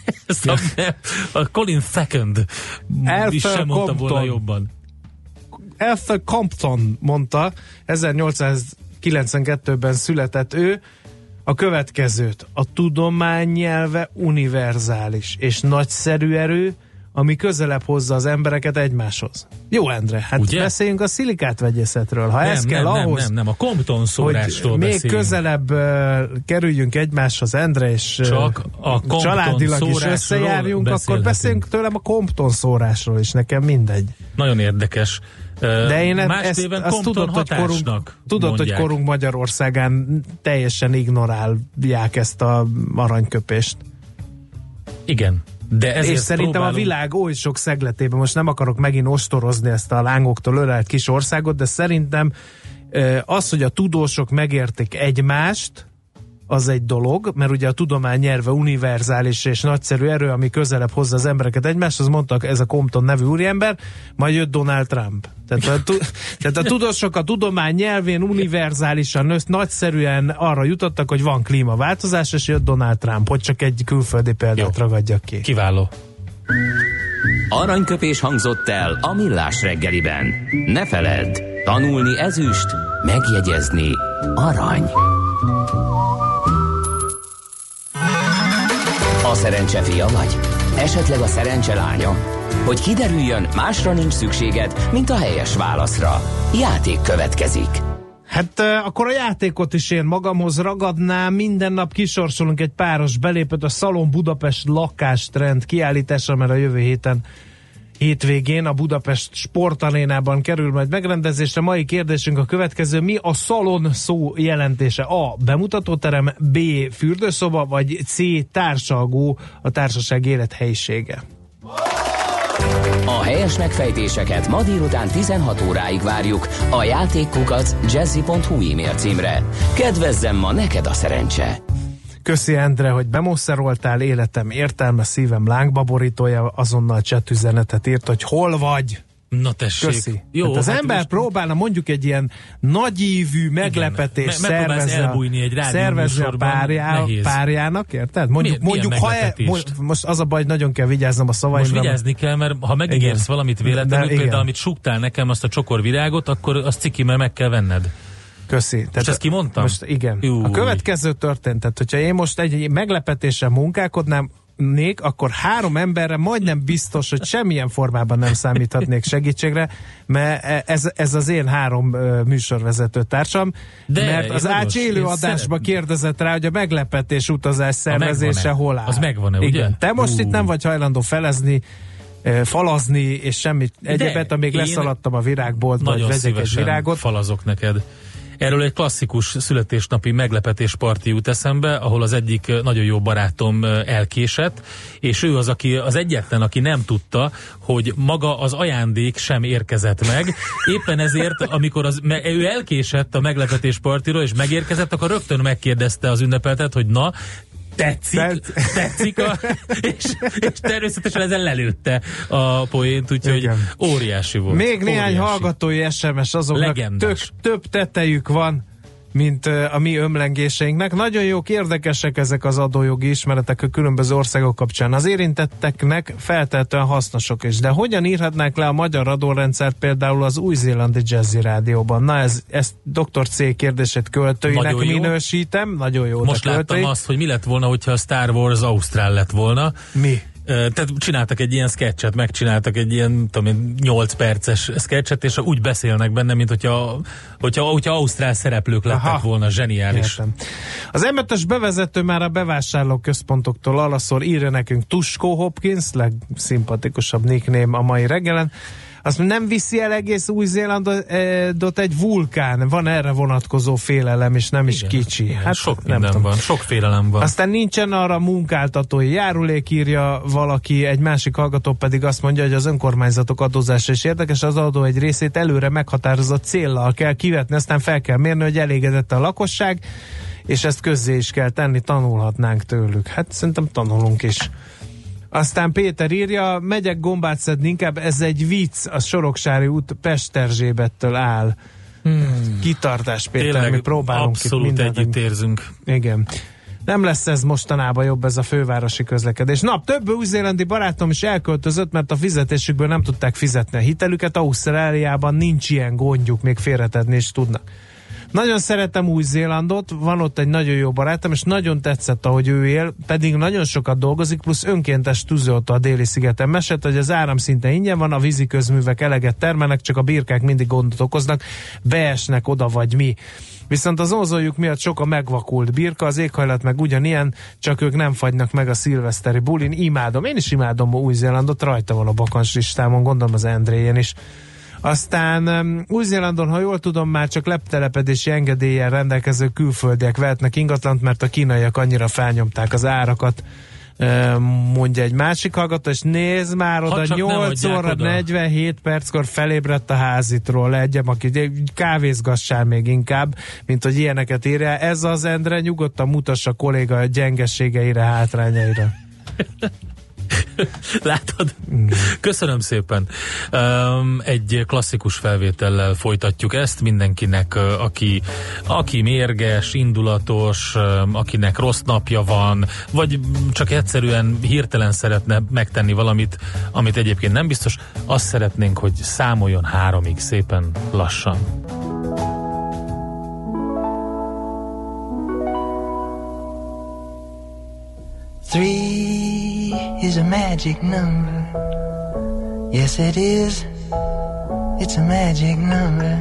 a Colin Second is sem mondta volna jobban. Arthur Compton mondta, 1892-ben született ő, a következőt: a tudomány nyelve univerzális és nagyszerű erő, ami közelebb hozza az embereket egymáshoz. Jó, Endre, hát ugye? Beszéljünk a szilikátvegyészetről. Ha ez kell ahhoz, nem, a Compton szórásról még közelebb kerüljünk egymáshoz, Endre, és csak a családilag is összejárjunk, akkor beszéljünk tőlem a Compton szórásról is, nekem mindegy. Nagyon érdekes. De én azt tudod, hogy korunk Magyarországán teljesen ignorálják ezt a aranyköpést. Igen. De és szerintem a világ oly sok szegletében, most nem akarok megint ostorozni ezt a lángoktól ölelt kis országot, de szerintem az, hogy a tudósok megértik egymást, az egy dolog, mert ugye a tudomány nyelve univerzális és nagyszerű erő, ami közelebb hozza az embereket egymáshoz, mondtak ez a Compton nevű úriember, majd jött Donald Trump. Tehát a tudósok a tudomány nyelvén univerzálisan, nagyszerűen arra jutottak, hogy van klímaváltozás, és jött Donald Trump, hogy csak egy külföldi példát ragadjak ki. Kiváló. Aranyköpés hangzott el a millás reggeliben. Ne feledd, tanulni ezüst, megjegyezni arany. A szerencse fia vagy? Esetleg a szerencse lánya? Hogy kiderüljön, másra nincs szükséged, mint a helyes válaszra. Játék következik. Hát akkor a játékot is én magamhoz ragadnám. Minden nap kisorsolunk egy páros belépőt a Szalon Budapest lakástrend kiállításra, mert a jövő hétvégén a Budapest Sportarénában kerül majd megrendezésre. Mai kérdésünk a következő: mi a szalon szó jelentése? A. Bemutatóterem, B. Fürdőszoba, vagy C. Társalgó, a társaság élethelyisége? A helyes megfejtéseket ma délután 16 óráig várjuk a játékkukac@jazzy.hu e-mail címre. Kedvezzem ma neked a szerencse! Köszi, Endre, hogy bemoszeroltál, életem értelme, szívem lángba borítója, azonnal chat üzenetet írt, hogy hol vagy? Na tessék. Köszi. Jó, az ember most próbálna mondjuk egy ilyen nagyívű meglepetés szervezni a párjának, érted? Mondjuk most az a baj, hogy nagyon kell vigyáznom a szavaimra. Most vigyázni kell, mert ha megígérsz valamit véletlenül, például amit súgtál nekem, azt a csokorvirágot, akkor azt ciki, mert meg kell venned. Köszi. Most ezt kimondtam? Most igen. A következő történt, tehát hogyha én most egy meglepetéssel munkálkodnám, akkor 3 emberre majdnem biztos, hogy semmilyen formában nem számíthatnék segítségre, mert ez az én 3 műsorvezető társam, mert az Ács élő adásba kérdezett rá, hogy a meglepetés utazás szervezése hol áll. Az megvan-e, ugye? Igen. Te most itt nem vagy hajlandó falazni, és semmit egyebet, amíg leszaladtam a virágboltba, hogy vegyek egy virágot. Falazok neked. Erről egy klasszikus születésnapi meglepetés parti jut eszembe, ahol az egyik nagyon jó barátom elkésett, és ő az egyetlen, aki nem tudta, hogy maga az ajándék sem érkezett meg. Éppen ezért, amikor ő elkésett a meglepetés partiról, és megérkezett, akkor rögtön megkérdezte az ünnepeltet, hogy na, tetszik és természetesen ezen lelőtte a poént, úgyhogy igen. Óriási volt. Még néhány hallgatói SMS, azoknak több tetejük van, mint a mi ömlengéseinknek. Nagyon jók, érdekesek ezek az adójogi ismeretek a különböző országok kapcsán. Az érintetteknek feltétlenül hasznosok is. De hogyan írhatnák le a magyar adórendszert például az új-zélandi Jazzy Rádióban? Na, ezt Dr. C kérdését költőinek minősítem. Nagyon jó. Most láttam azt, hogy mi lett volna, hogyha a Star Wars ausztrál lett volna. Mi? Tehát csináltak egy ilyen sketchet, megcsináltak egy ilyen 8 perces sketchet, és úgy beszélnek benne, mint hogyha ausztrál szereplők lettek volna. Zseniális. Értem. Az M5-ös bevezető már a bevásárlóközpontoktól alaszol írja nekünk Tuskó Hopkins, legszimpatikusabb nickname a mai reggelen. Azt nem viszi el egész Új-Zélandot egy vulkán. Van erre vonatkozó félelem, és nem is kicsi. Igen, hát sok minden van, sok félelem van. Aztán nincsen arra munkáltatói járulék, írja valaki, egy másik hallgató pedig azt mondja, hogy az önkormányzatok adózása is érdekes, az adó egy részét előre meghatározott céllal kell kivetni, aztán fel kell mérni, hogy elégedett a lakosság, és ezt közzé is kell tenni, tanulhatnánk tőlük. Hát szerintem tanulunk is. Aztán Péter írja, megyek gombát szedni, inkább ez egy vicc, a Soroksári út Pesterzsébettől áll. Kitartás, Péter, tényleg, mi próbálunk abszolút itt mindent. együtt érzünk. Igen. Nem lesz ez mostanában jobb, ez a fővárosi közlekedés. Na, több új-zélandi barátom is elköltözött, mert a fizetésükből nem tudták fizetni a hitelüket. Ausztráliában nincs ilyen gondjuk, még félretenni is tudnak. Nagyon szeretem Új-Zélandot, van ott egy nagyon jó barátom, és nagyon tetszett, ahogy ő él, pedig nagyon sokat dolgozik, plusz önkéntes tűzoltó a déli szigeten. Mesélt, hogy az áram szinte ingyen van, a vízi közművek eleget termelnek, csak a birkák mindig gondot okoznak, beesnek oda vagy mi. Viszont az ozonjuk miatt sok a megvakult birka, az éghajlat meg ugyanilyen, csak ők nem fagynak meg a szilveszteri bulin. Imádom, én is imádom Új-Zélandot, rajta van a bakancs listámon, gondolom az Endréjén is. Aztán Új-Zélandon, ha jól tudom, már csak leptelepedési engedéllyel rendelkező külföldiek vehetnek ingatlant, mert a kínaiak annyira felnyomták az árakat, mondja egy másik hallgató, és nézd már oda, 8 óra 47 perckor felébredt a házitról, legyem, aki kávézgassál még inkább, mint hogy ilyeneket írja. Ez az Endre, nyugodtan mutassa a kolléga gyengeségeire, hátrányaira. Látod? Köszönöm szépen. Egy klasszikus felvétellel folytatjuk ezt mindenkinek, aki mérges, indulatos, akinek rossz napja van, vagy csak egyszerűen hirtelen szeretne megtenni valamit, amit egyébként nem biztos. Azt szeretnénk, hogy számoljon 3-ig szépen lassan. 3 is a magic number. Yes, it is. It's a magic number.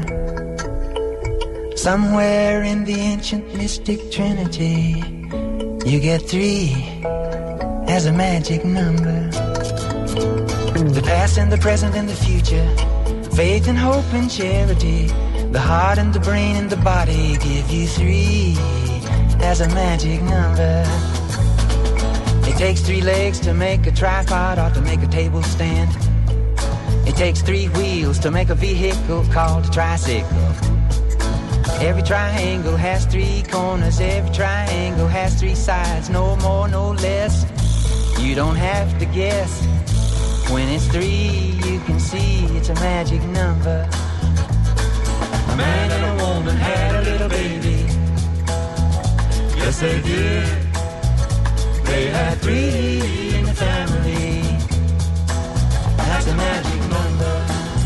Somewhere in the ancient mystic trinity, you get 3 as a magic number. The past and the present and the future, faith and hope and charity, the heart and the brain and the body give you 3 as a magic number. It takes 3 legs to make a tripod or to make a table stand. It takes 3 wheels to make a vehicle called a tricycle. Every triangle has 3 corners, every triangle has 3 sides, no more, no less. You don't have to guess. When it's 3, you can see it's a magic number. A man and a woman had a little baby. Yes, they did. They had 3 in the family. That's a magic number.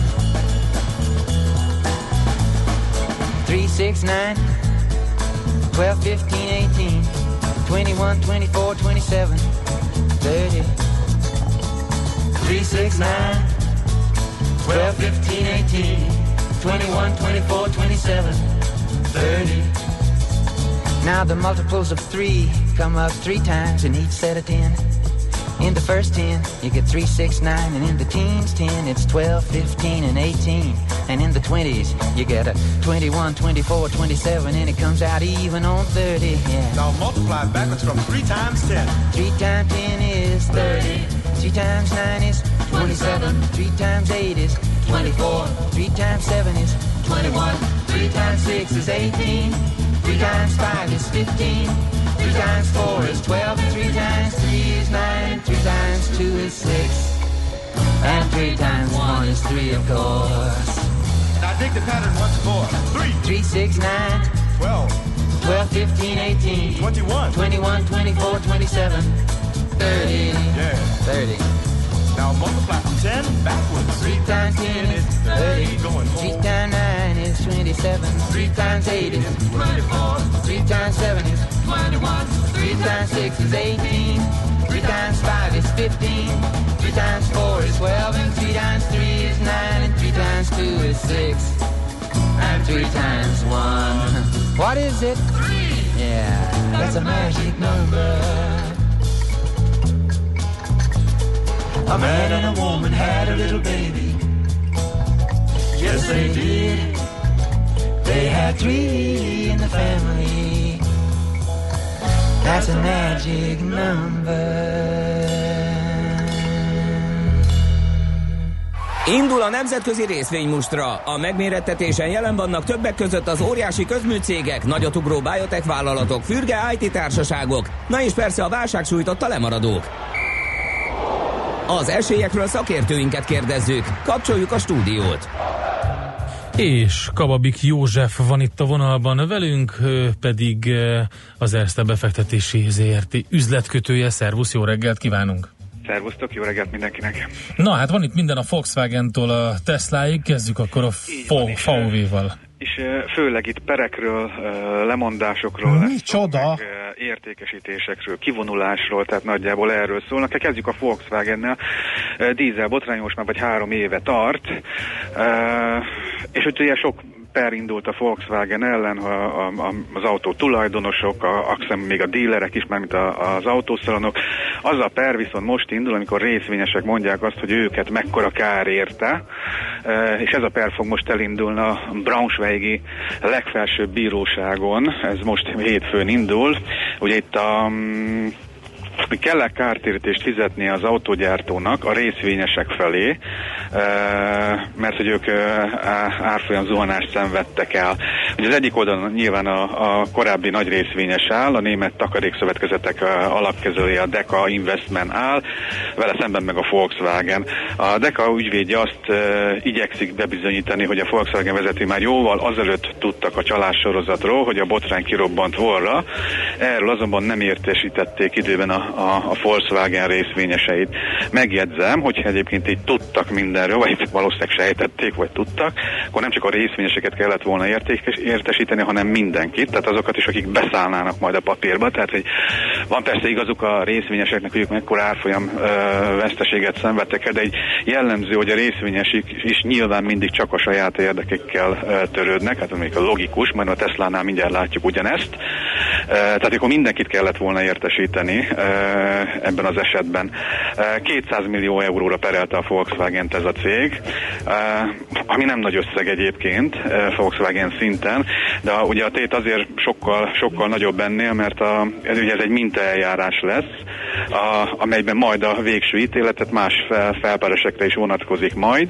3, 6, 9, 12, 15, 18, 21, 24, 27, 30. 3, 6, 9, 12, 15, 18, 21, 24, 27, 30. Now the multiples of 3 come up 3 times in each set of 10. In the first 10, you get 3, 6, 9, and in the teens 10, it's 12, 15, and 18. And in the 20s, you get a 21, 24, 27, and it comes out even on 30. Yeah. Now multiply backwards from 3 times 10. 3 times 10 is 30. 3 times 9 is 27. 3 times 8 is 24. 3 times 7 is 21. 3 times 6 is 18. 3 times 5 is 15. 3 times 4 is 12, and 3 times 3 is 9, and 3 times 2 is 6, and 3 times 1 is 3, of course. Now dig the pattern once more. 3, 3, 6, 9, 12, 12, 15, 18, 21. 21, 24, 27, 30, Yeah. 30. Now multiply 10 backwards. 3 times 10 is 30. Going 3 forward. times 9 is 27. 3 times 8 is 24. 3 times 7 is 21. 3 times 6 is 18. 3 times 5 is 15. 3 times 4 is 12. And 3 times 3 is 9. And 3 times 2 is 6. And 3 times 1. What is it? 3. Yeah, that's a magic number. A man and a woman had a little baby. Yes, they did. They had 3 in the family. That's a magic number. Indul a nemzetközi részvénymustra. A megmérettetésen jelen vannak többek között az óriási közműcégek, nagyotugró biotech vállalatok, fürge IT társaságok, na és persze a válság sújtotta lemaradók. Az esélyekről szakértőinket kérdezzük. Kapcsoljuk a stúdiót. És Kababik József van itt a vonalban velünk, ő pedig az Erste befektetési ZRT üzletkötője. Szervusz, jó reggelt kívánunk! Szervusztok, jó reggelt mindenkinek! Na hát van itt minden a Volkswagen-től a Teslaig, kezdjük akkor a VW-val. És főleg itt perekről, lemondásokról, Micsoda? értékesítésekről, kivonulásról, tehát nagyjából erről szólnak. Kezdjük a Volkswagennel. Dízel botrány most már vagy 3 éve tart, és ugye sok per indult a Volkswagen ellen, az autó tulajdonosok, még a dílerek is, mármint az autószalonok. Az a per viszont most indul, amikor részvényesek mondják azt, hogy őket mekkora kár érte, és ez a per fog most elindulni a Braunschweigi legfelsőbb bíróságon, ez most hétfőn indul. Ugye itt kell kártérítést fizetni az autógyártónak a részvényesek felé, mert hogy ők árfolyam zuhanást szenvedtek el. Ugye az egyik oldalon nyilván a korábbi nagy részvényes áll, a német takarékszövetkezetek alapkezelője, a Deka Investment áll, vele szemben meg a Volkswagen. A Deka ügyvédje azt igyekszik bebizonyítani, hogy a Volkswagen vezető már jóval azelőtt tudtak a csalássorozatról, hogy a botrány kirobbant volna. Erről azonban nem értesítették időben a Volkswagen részvényeseit. Megjegyzem, hogyha egyébként így tudtak mindenről, vagy valószínűleg sejtették, vagy tudtak, akkor nem csak a részvényeseket kellett volna értesíteni, hanem mindenkit, tehát azokat is, akik beszállnának majd a papírba. Tehát, hogy van persze igazuk a részvényeseknek, hogy ők mekkora árfolyam veszteséget szenvedtek el, de egy jellemző, hogy a részvényesek is nyilván mindig csak a saját érdekekkel törődnek, hát még a logikus, majd a Teslánál mindjárt látjuk ugyanezt. Tehát akkor mindenkit kellett volna értesíteni ebben az esetben. 200 millió euróra perelte a Volkswagen-t ez a cég, ami nem nagy összeg egyébként Volkswagen szinten, de ugye a tét azért sokkal nagyobb ennél, mert ez egy mintaeljárás lesz, amelyben majd a végső ítéletet más felperesekre is vonatkozik majd.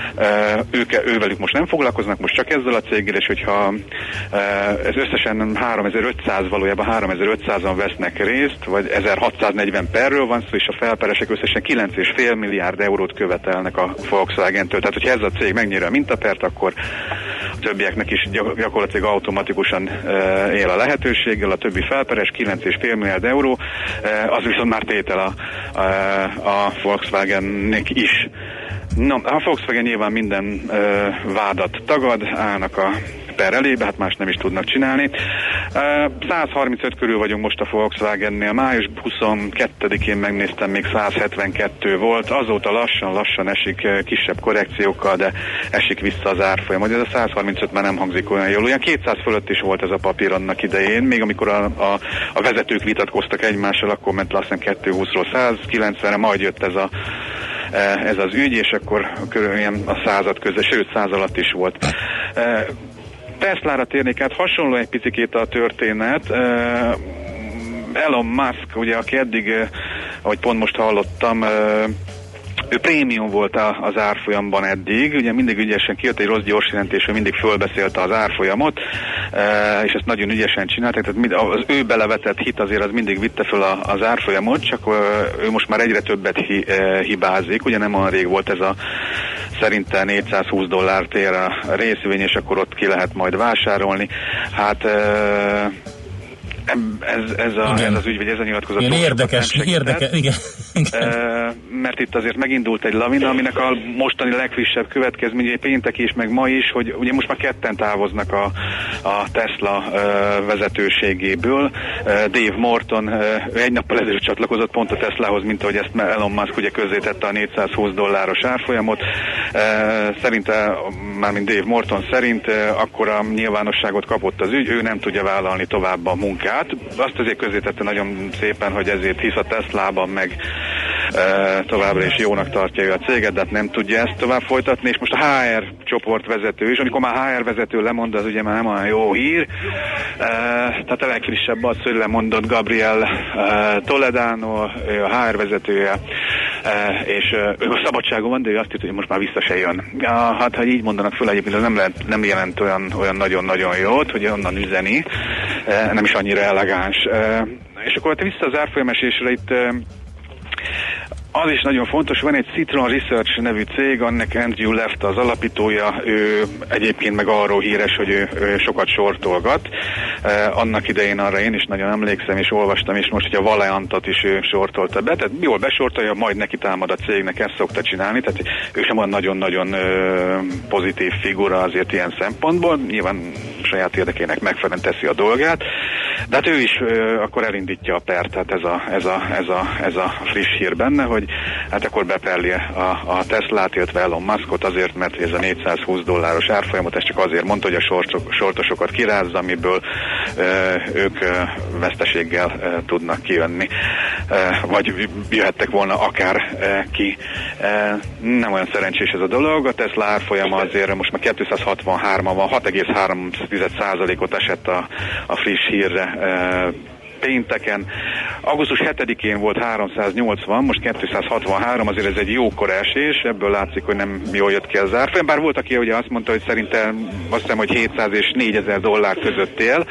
Ővelük most nem foglalkoznak, most csak ezzel a céggel, és hogyha ez összesen 3500, valójában 3500-an vesznek részt, vagy 1640 perről van szó, és a felperesek összesen 9,5 milliárd eurót követelnek a Volkswagen-től. Tehát, hogyha ez a cég megnyeri a mintapert, akkor a többieknek is gyakorlatilag automatikusan él a lehetőséggel, a többi felperes 9,5 milliárd euró, az viszont már tétel a Volkswagennek is. Na, a Volkswagen nyilván minden vádat tagad, állnak a per elébe, hát más nem is tudnak csinálni. 135 körül vagyunk most a Volkswagennél, május 22-én megnéztem, még 172 volt, azóta lassan esik kisebb korrekciókkal, de esik vissza az árfolyam, hogy ez a 135 már nem hangzik olyan jól. Ugyan 200 fölött is volt ez a papír annak idején, még amikor a vezetők vitatkoztak egymással, akkor ment le aztán 220-ról 190-re, majd jött ez az ügy, és akkor körülbelül a 100 között, sőt 100 alatt is volt. Teslára térnék át, hasonló egy picikét a történet. Elon Musk, ugye, aki eddig, ahogy pont most hallottam, ő prémium volt az árfolyamban eddig, ugye mindig ügyesen kijött egy rossz gyors jelentés, hogy mindig fölbeszélte az árfolyamot, és ezt nagyon ügyesen csinálták, tehát az ő belevetett hit azért az mindig vitte föl az árfolyamot, csak ő most már egyre többet hibázik, ugye nem olyan rég volt ez a szerinte $420 ér a részvény, és akkor ott ki lehet majd vásárolni. Hát ez az ügyvéd, ez a nyilatkozat. Igen, érdekes, igen. Mert itt azért megindult egy lavina, aminek a mostani legfrissebb következménye péntek is, meg ma is, hogy ugye most már ketten távoznak a Tesla vezetőségéből. Dave Morton egy nappal ezelőtt csatlakozott pont a Teslahoz, mint ahogy ezt Elon Musk ugye közzétette a $420 árfolyamot. Szerinte, mármint Dave Morton szerint akkora nyilvánosságot kapott az ügy, ő nem tudja vállalni tovább a munkát. Azt azért közzétette nagyon szépen, hogy ezért hisz a Teslában, meg továbbra is jónak tartja ő a céget, de hát nem tudja ezt tovább folytatni, és most a HR csoportvezető is, amikor már HR vezető lemond, az ugye már nem olyan jó hír. Tehát a legfrissebb az, hogy lemondott Gabriel Toledano, ő a HR vezetője, és ő a szabadságon van, de ő azt hitt, hogy most már vissza se jön. Hát ha így mondanak föl, egyébként az nem jelent olyan nagyon-nagyon jót, hogy onnan üzeni, nem is annyira elegáns. És akkor vissza az árfolyamesésre itt az is nagyon fontos, van egy Citron Research nevű cég, annak Andrew Left az alapítója, ő egyébként meg arról híres, hogy ő sokat sortolgat. Annak idején arra én is nagyon emlékszem, és olvastam, és most, hogy a Valeantot is ő sortolta be, tehát jól besortolja, majd neki támad a cégnek, ezt szokta csinálni, tehát ő sem olyan nagyon-nagyon pozitív figura azért ilyen szempontból, nyilván saját érdekének megfelelően teszi a dolgát, de hát ő is akkor elindítja a pert, tehát ez a friss hír benne, hogy hát akkor beperli a Teslát, illetve Elon Muskot azért, mert ez a $420 árfolyamot, ez csak azért mondta, hogy a sortosokat kirázza, amiből ők veszteséggel tudnak kijönni, vagy jöhettek volna akár ki. Nem olyan szerencsés ez a dolog, a Tesla árfolyama azért most már 263-an van, 6,3%-ot esett a friss hírre pénteken. Augusztus 7-én volt 380, most 263, azért ez egy jókora esés, ebből látszik, hogy nem jól jött ki az árfolyam, bár volt, aki ugye azt mondta, hogy szerintem azt hiszem, hogy $700 és $4000 között él.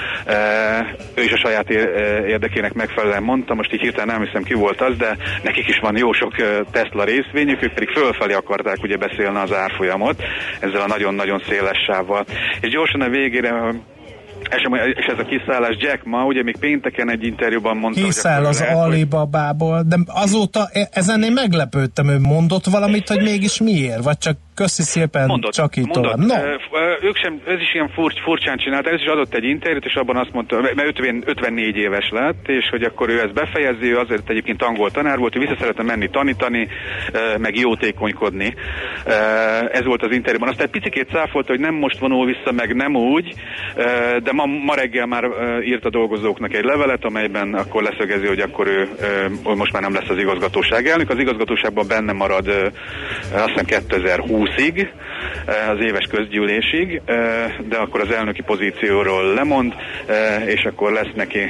Ő is a saját érdekének megfelelően mondta, most így hirtelen nem hiszem ki volt az, de nekik is van jó sok Tesla részvényük, ők pedig fölfelé akarták ugye beszélni az árfolyamot ezzel a nagyon-nagyon széles sávval. És gyorsan a végére és ez a kiszállás, Jack Ma, ugye még pénteken egy interjúban mondta, kiszáll az Alibabából, de azóta ezen én meglepődtem, ő mondott valamit, hogy mégis miért, vagy csak köszi szépen, csak így tovább. No. Ők sem, ez is ilyen furcsán csinálta, ez is adott egy interjút, és abban azt mondta, mert 54 éves lett, és hogy akkor ő ezt befejezi, ő azért egyébként angol tanár volt, ő vissza szeretne menni tanítani, meg jótékonykodni. Ez volt az interjúban. Aztán egy picikét cáfolta, hogy nem most vonul vissza, meg nem úgy, de ma reggel már írt a dolgozóknak egy levelet, amelyben akkor leszögezi, hogy akkor ő most már nem lesz az igazgatóság elnök. Az igazgatóságban benne marad azt hiszem 2020-ig, az éves közgyűlésig, de akkor az elnöki pozícióról lemond, és akkor lesz neki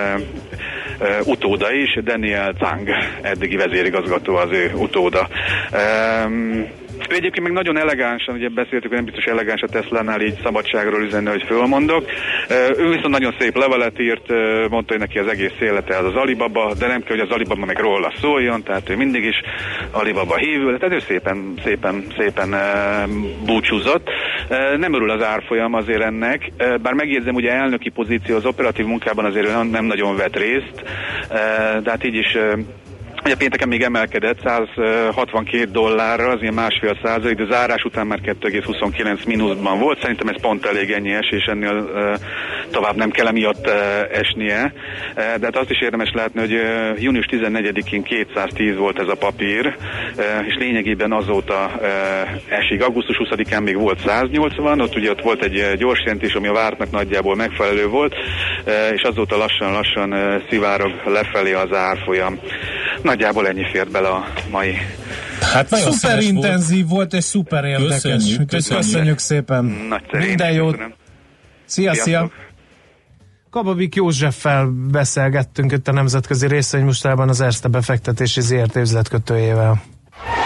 utóda is, Daniel Zhang, eddigi vezérigazgató az ő utóda. Ő egyébként meg nagyon elegánsan, ugye beszéltük, hogy nem biztos elegáns a Teslánál így szabadságról üzenni, hogy fölmondok. Ő viszont nagyon szép levelet írt, mondta, hogy neki az egész élete az Alibaba, de nem kell, hogy az Alibaba meg róla szóljon, tehát ő mindig is Alibaba hívő, tehát ő szépen búcsúzott. Nem örül az árfolyam azért ennek, bár megjegyzem, ugye elnöki pozíció az operatív munkában azért nem nagyon vett részt, de hát így is ugye pénteken még emelkedett $162, az ilyen 1,5%, de zárás után már 2,29 mínuszban volt. Szerintem ez pont elég ennyi esés, ennél tovább nem kell emiatt esnie. De hát azt is érdemes látni, hogy június 14-én 210 volt ez a papír, és lényegében azóta esik. Augusztus 20-án még volt 180, ott volt egy gyors jelentés, ami a vártnak nagyjából megfelelő volt, és azóta lassan szivárog lefelé az árfolyam. Nagyjából ennyi fért bele a mai. Hát nagyon szuper intenzív volt, és szuper érdekes. Köszönjük szépen. Minden jót. Szia. Kababik Józseffel beszélgettünk itt a Nemzetközi Részvénymustában, az Erste befektetési ZRT üzletkötőjével.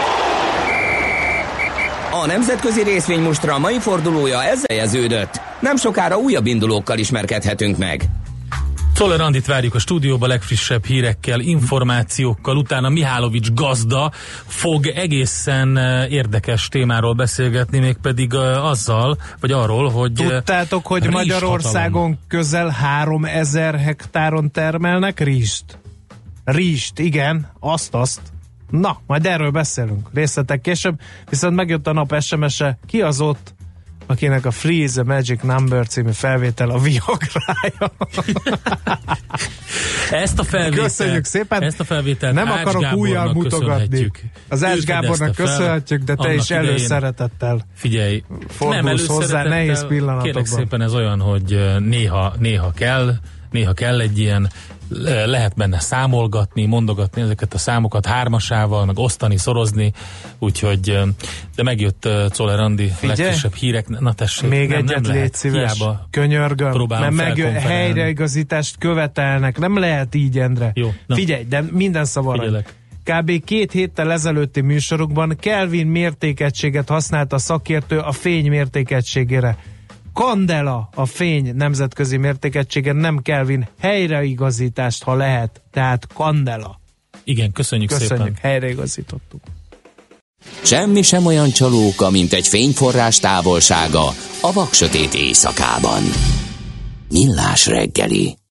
A nemzetközi részvénymustra mai fordulója ezzel fejeződött. Nem sokára újabb indulókkal ismerkedhetünk meg. Czoller Andit várjuk a stúdióba legfrissebb hírekkel, információkkal, utána Mihálovics gazda fog egészen érdekes témáról beszélgetni, mégpedig azzal, vagy arról, hogy... Tudtátok, hogy Magyarországon közel 3000 hektáron termelnek rizst? Rizst, igen, azt. Na, majd erről beszélünk részletek később, viszont megjött a nap SMS-e, ki az ott, akinek a Free is a Magic Number című felvétel a Viagrája. Ezt a felvételt, köszönjük szépen. Ezt a felvételt nem akarok újjal mutogatni. Az Ács Gábornak köszönhetjük, de te is előszeretettel fordulsz hozzá nehéz pillanatokban. Kérlek szépen, ez olyan, hogy néha kell egy ilyen, lehet benne számolgatni, mondogatni ezeket a számokat hármasával, meg osztani, szorozni, úgyhogy de megjött Czoller Andi legfrissebb hírek. Na tessék, még egyet légy szíves, könyörgöm, mert helyreigazítást követelnek, nem lehet így, Endre. Jó, figyelj, de minden szavara. Kb. 2 héttel ezelőtti műsorukban Kelvin mértékegységet használt a szakértő a fény mértékegységére. Candela a fény nemzetközi mértékegysége, nem Kelvin, helyreigazítást, ha lehet, tehát Candela. Igen, köszönjük szépen. Helyreigazítottuk. Semmi sem olyan csalóka, mint egy fényforrás távolsága a vaksötét éjszakában. Millás reggeli.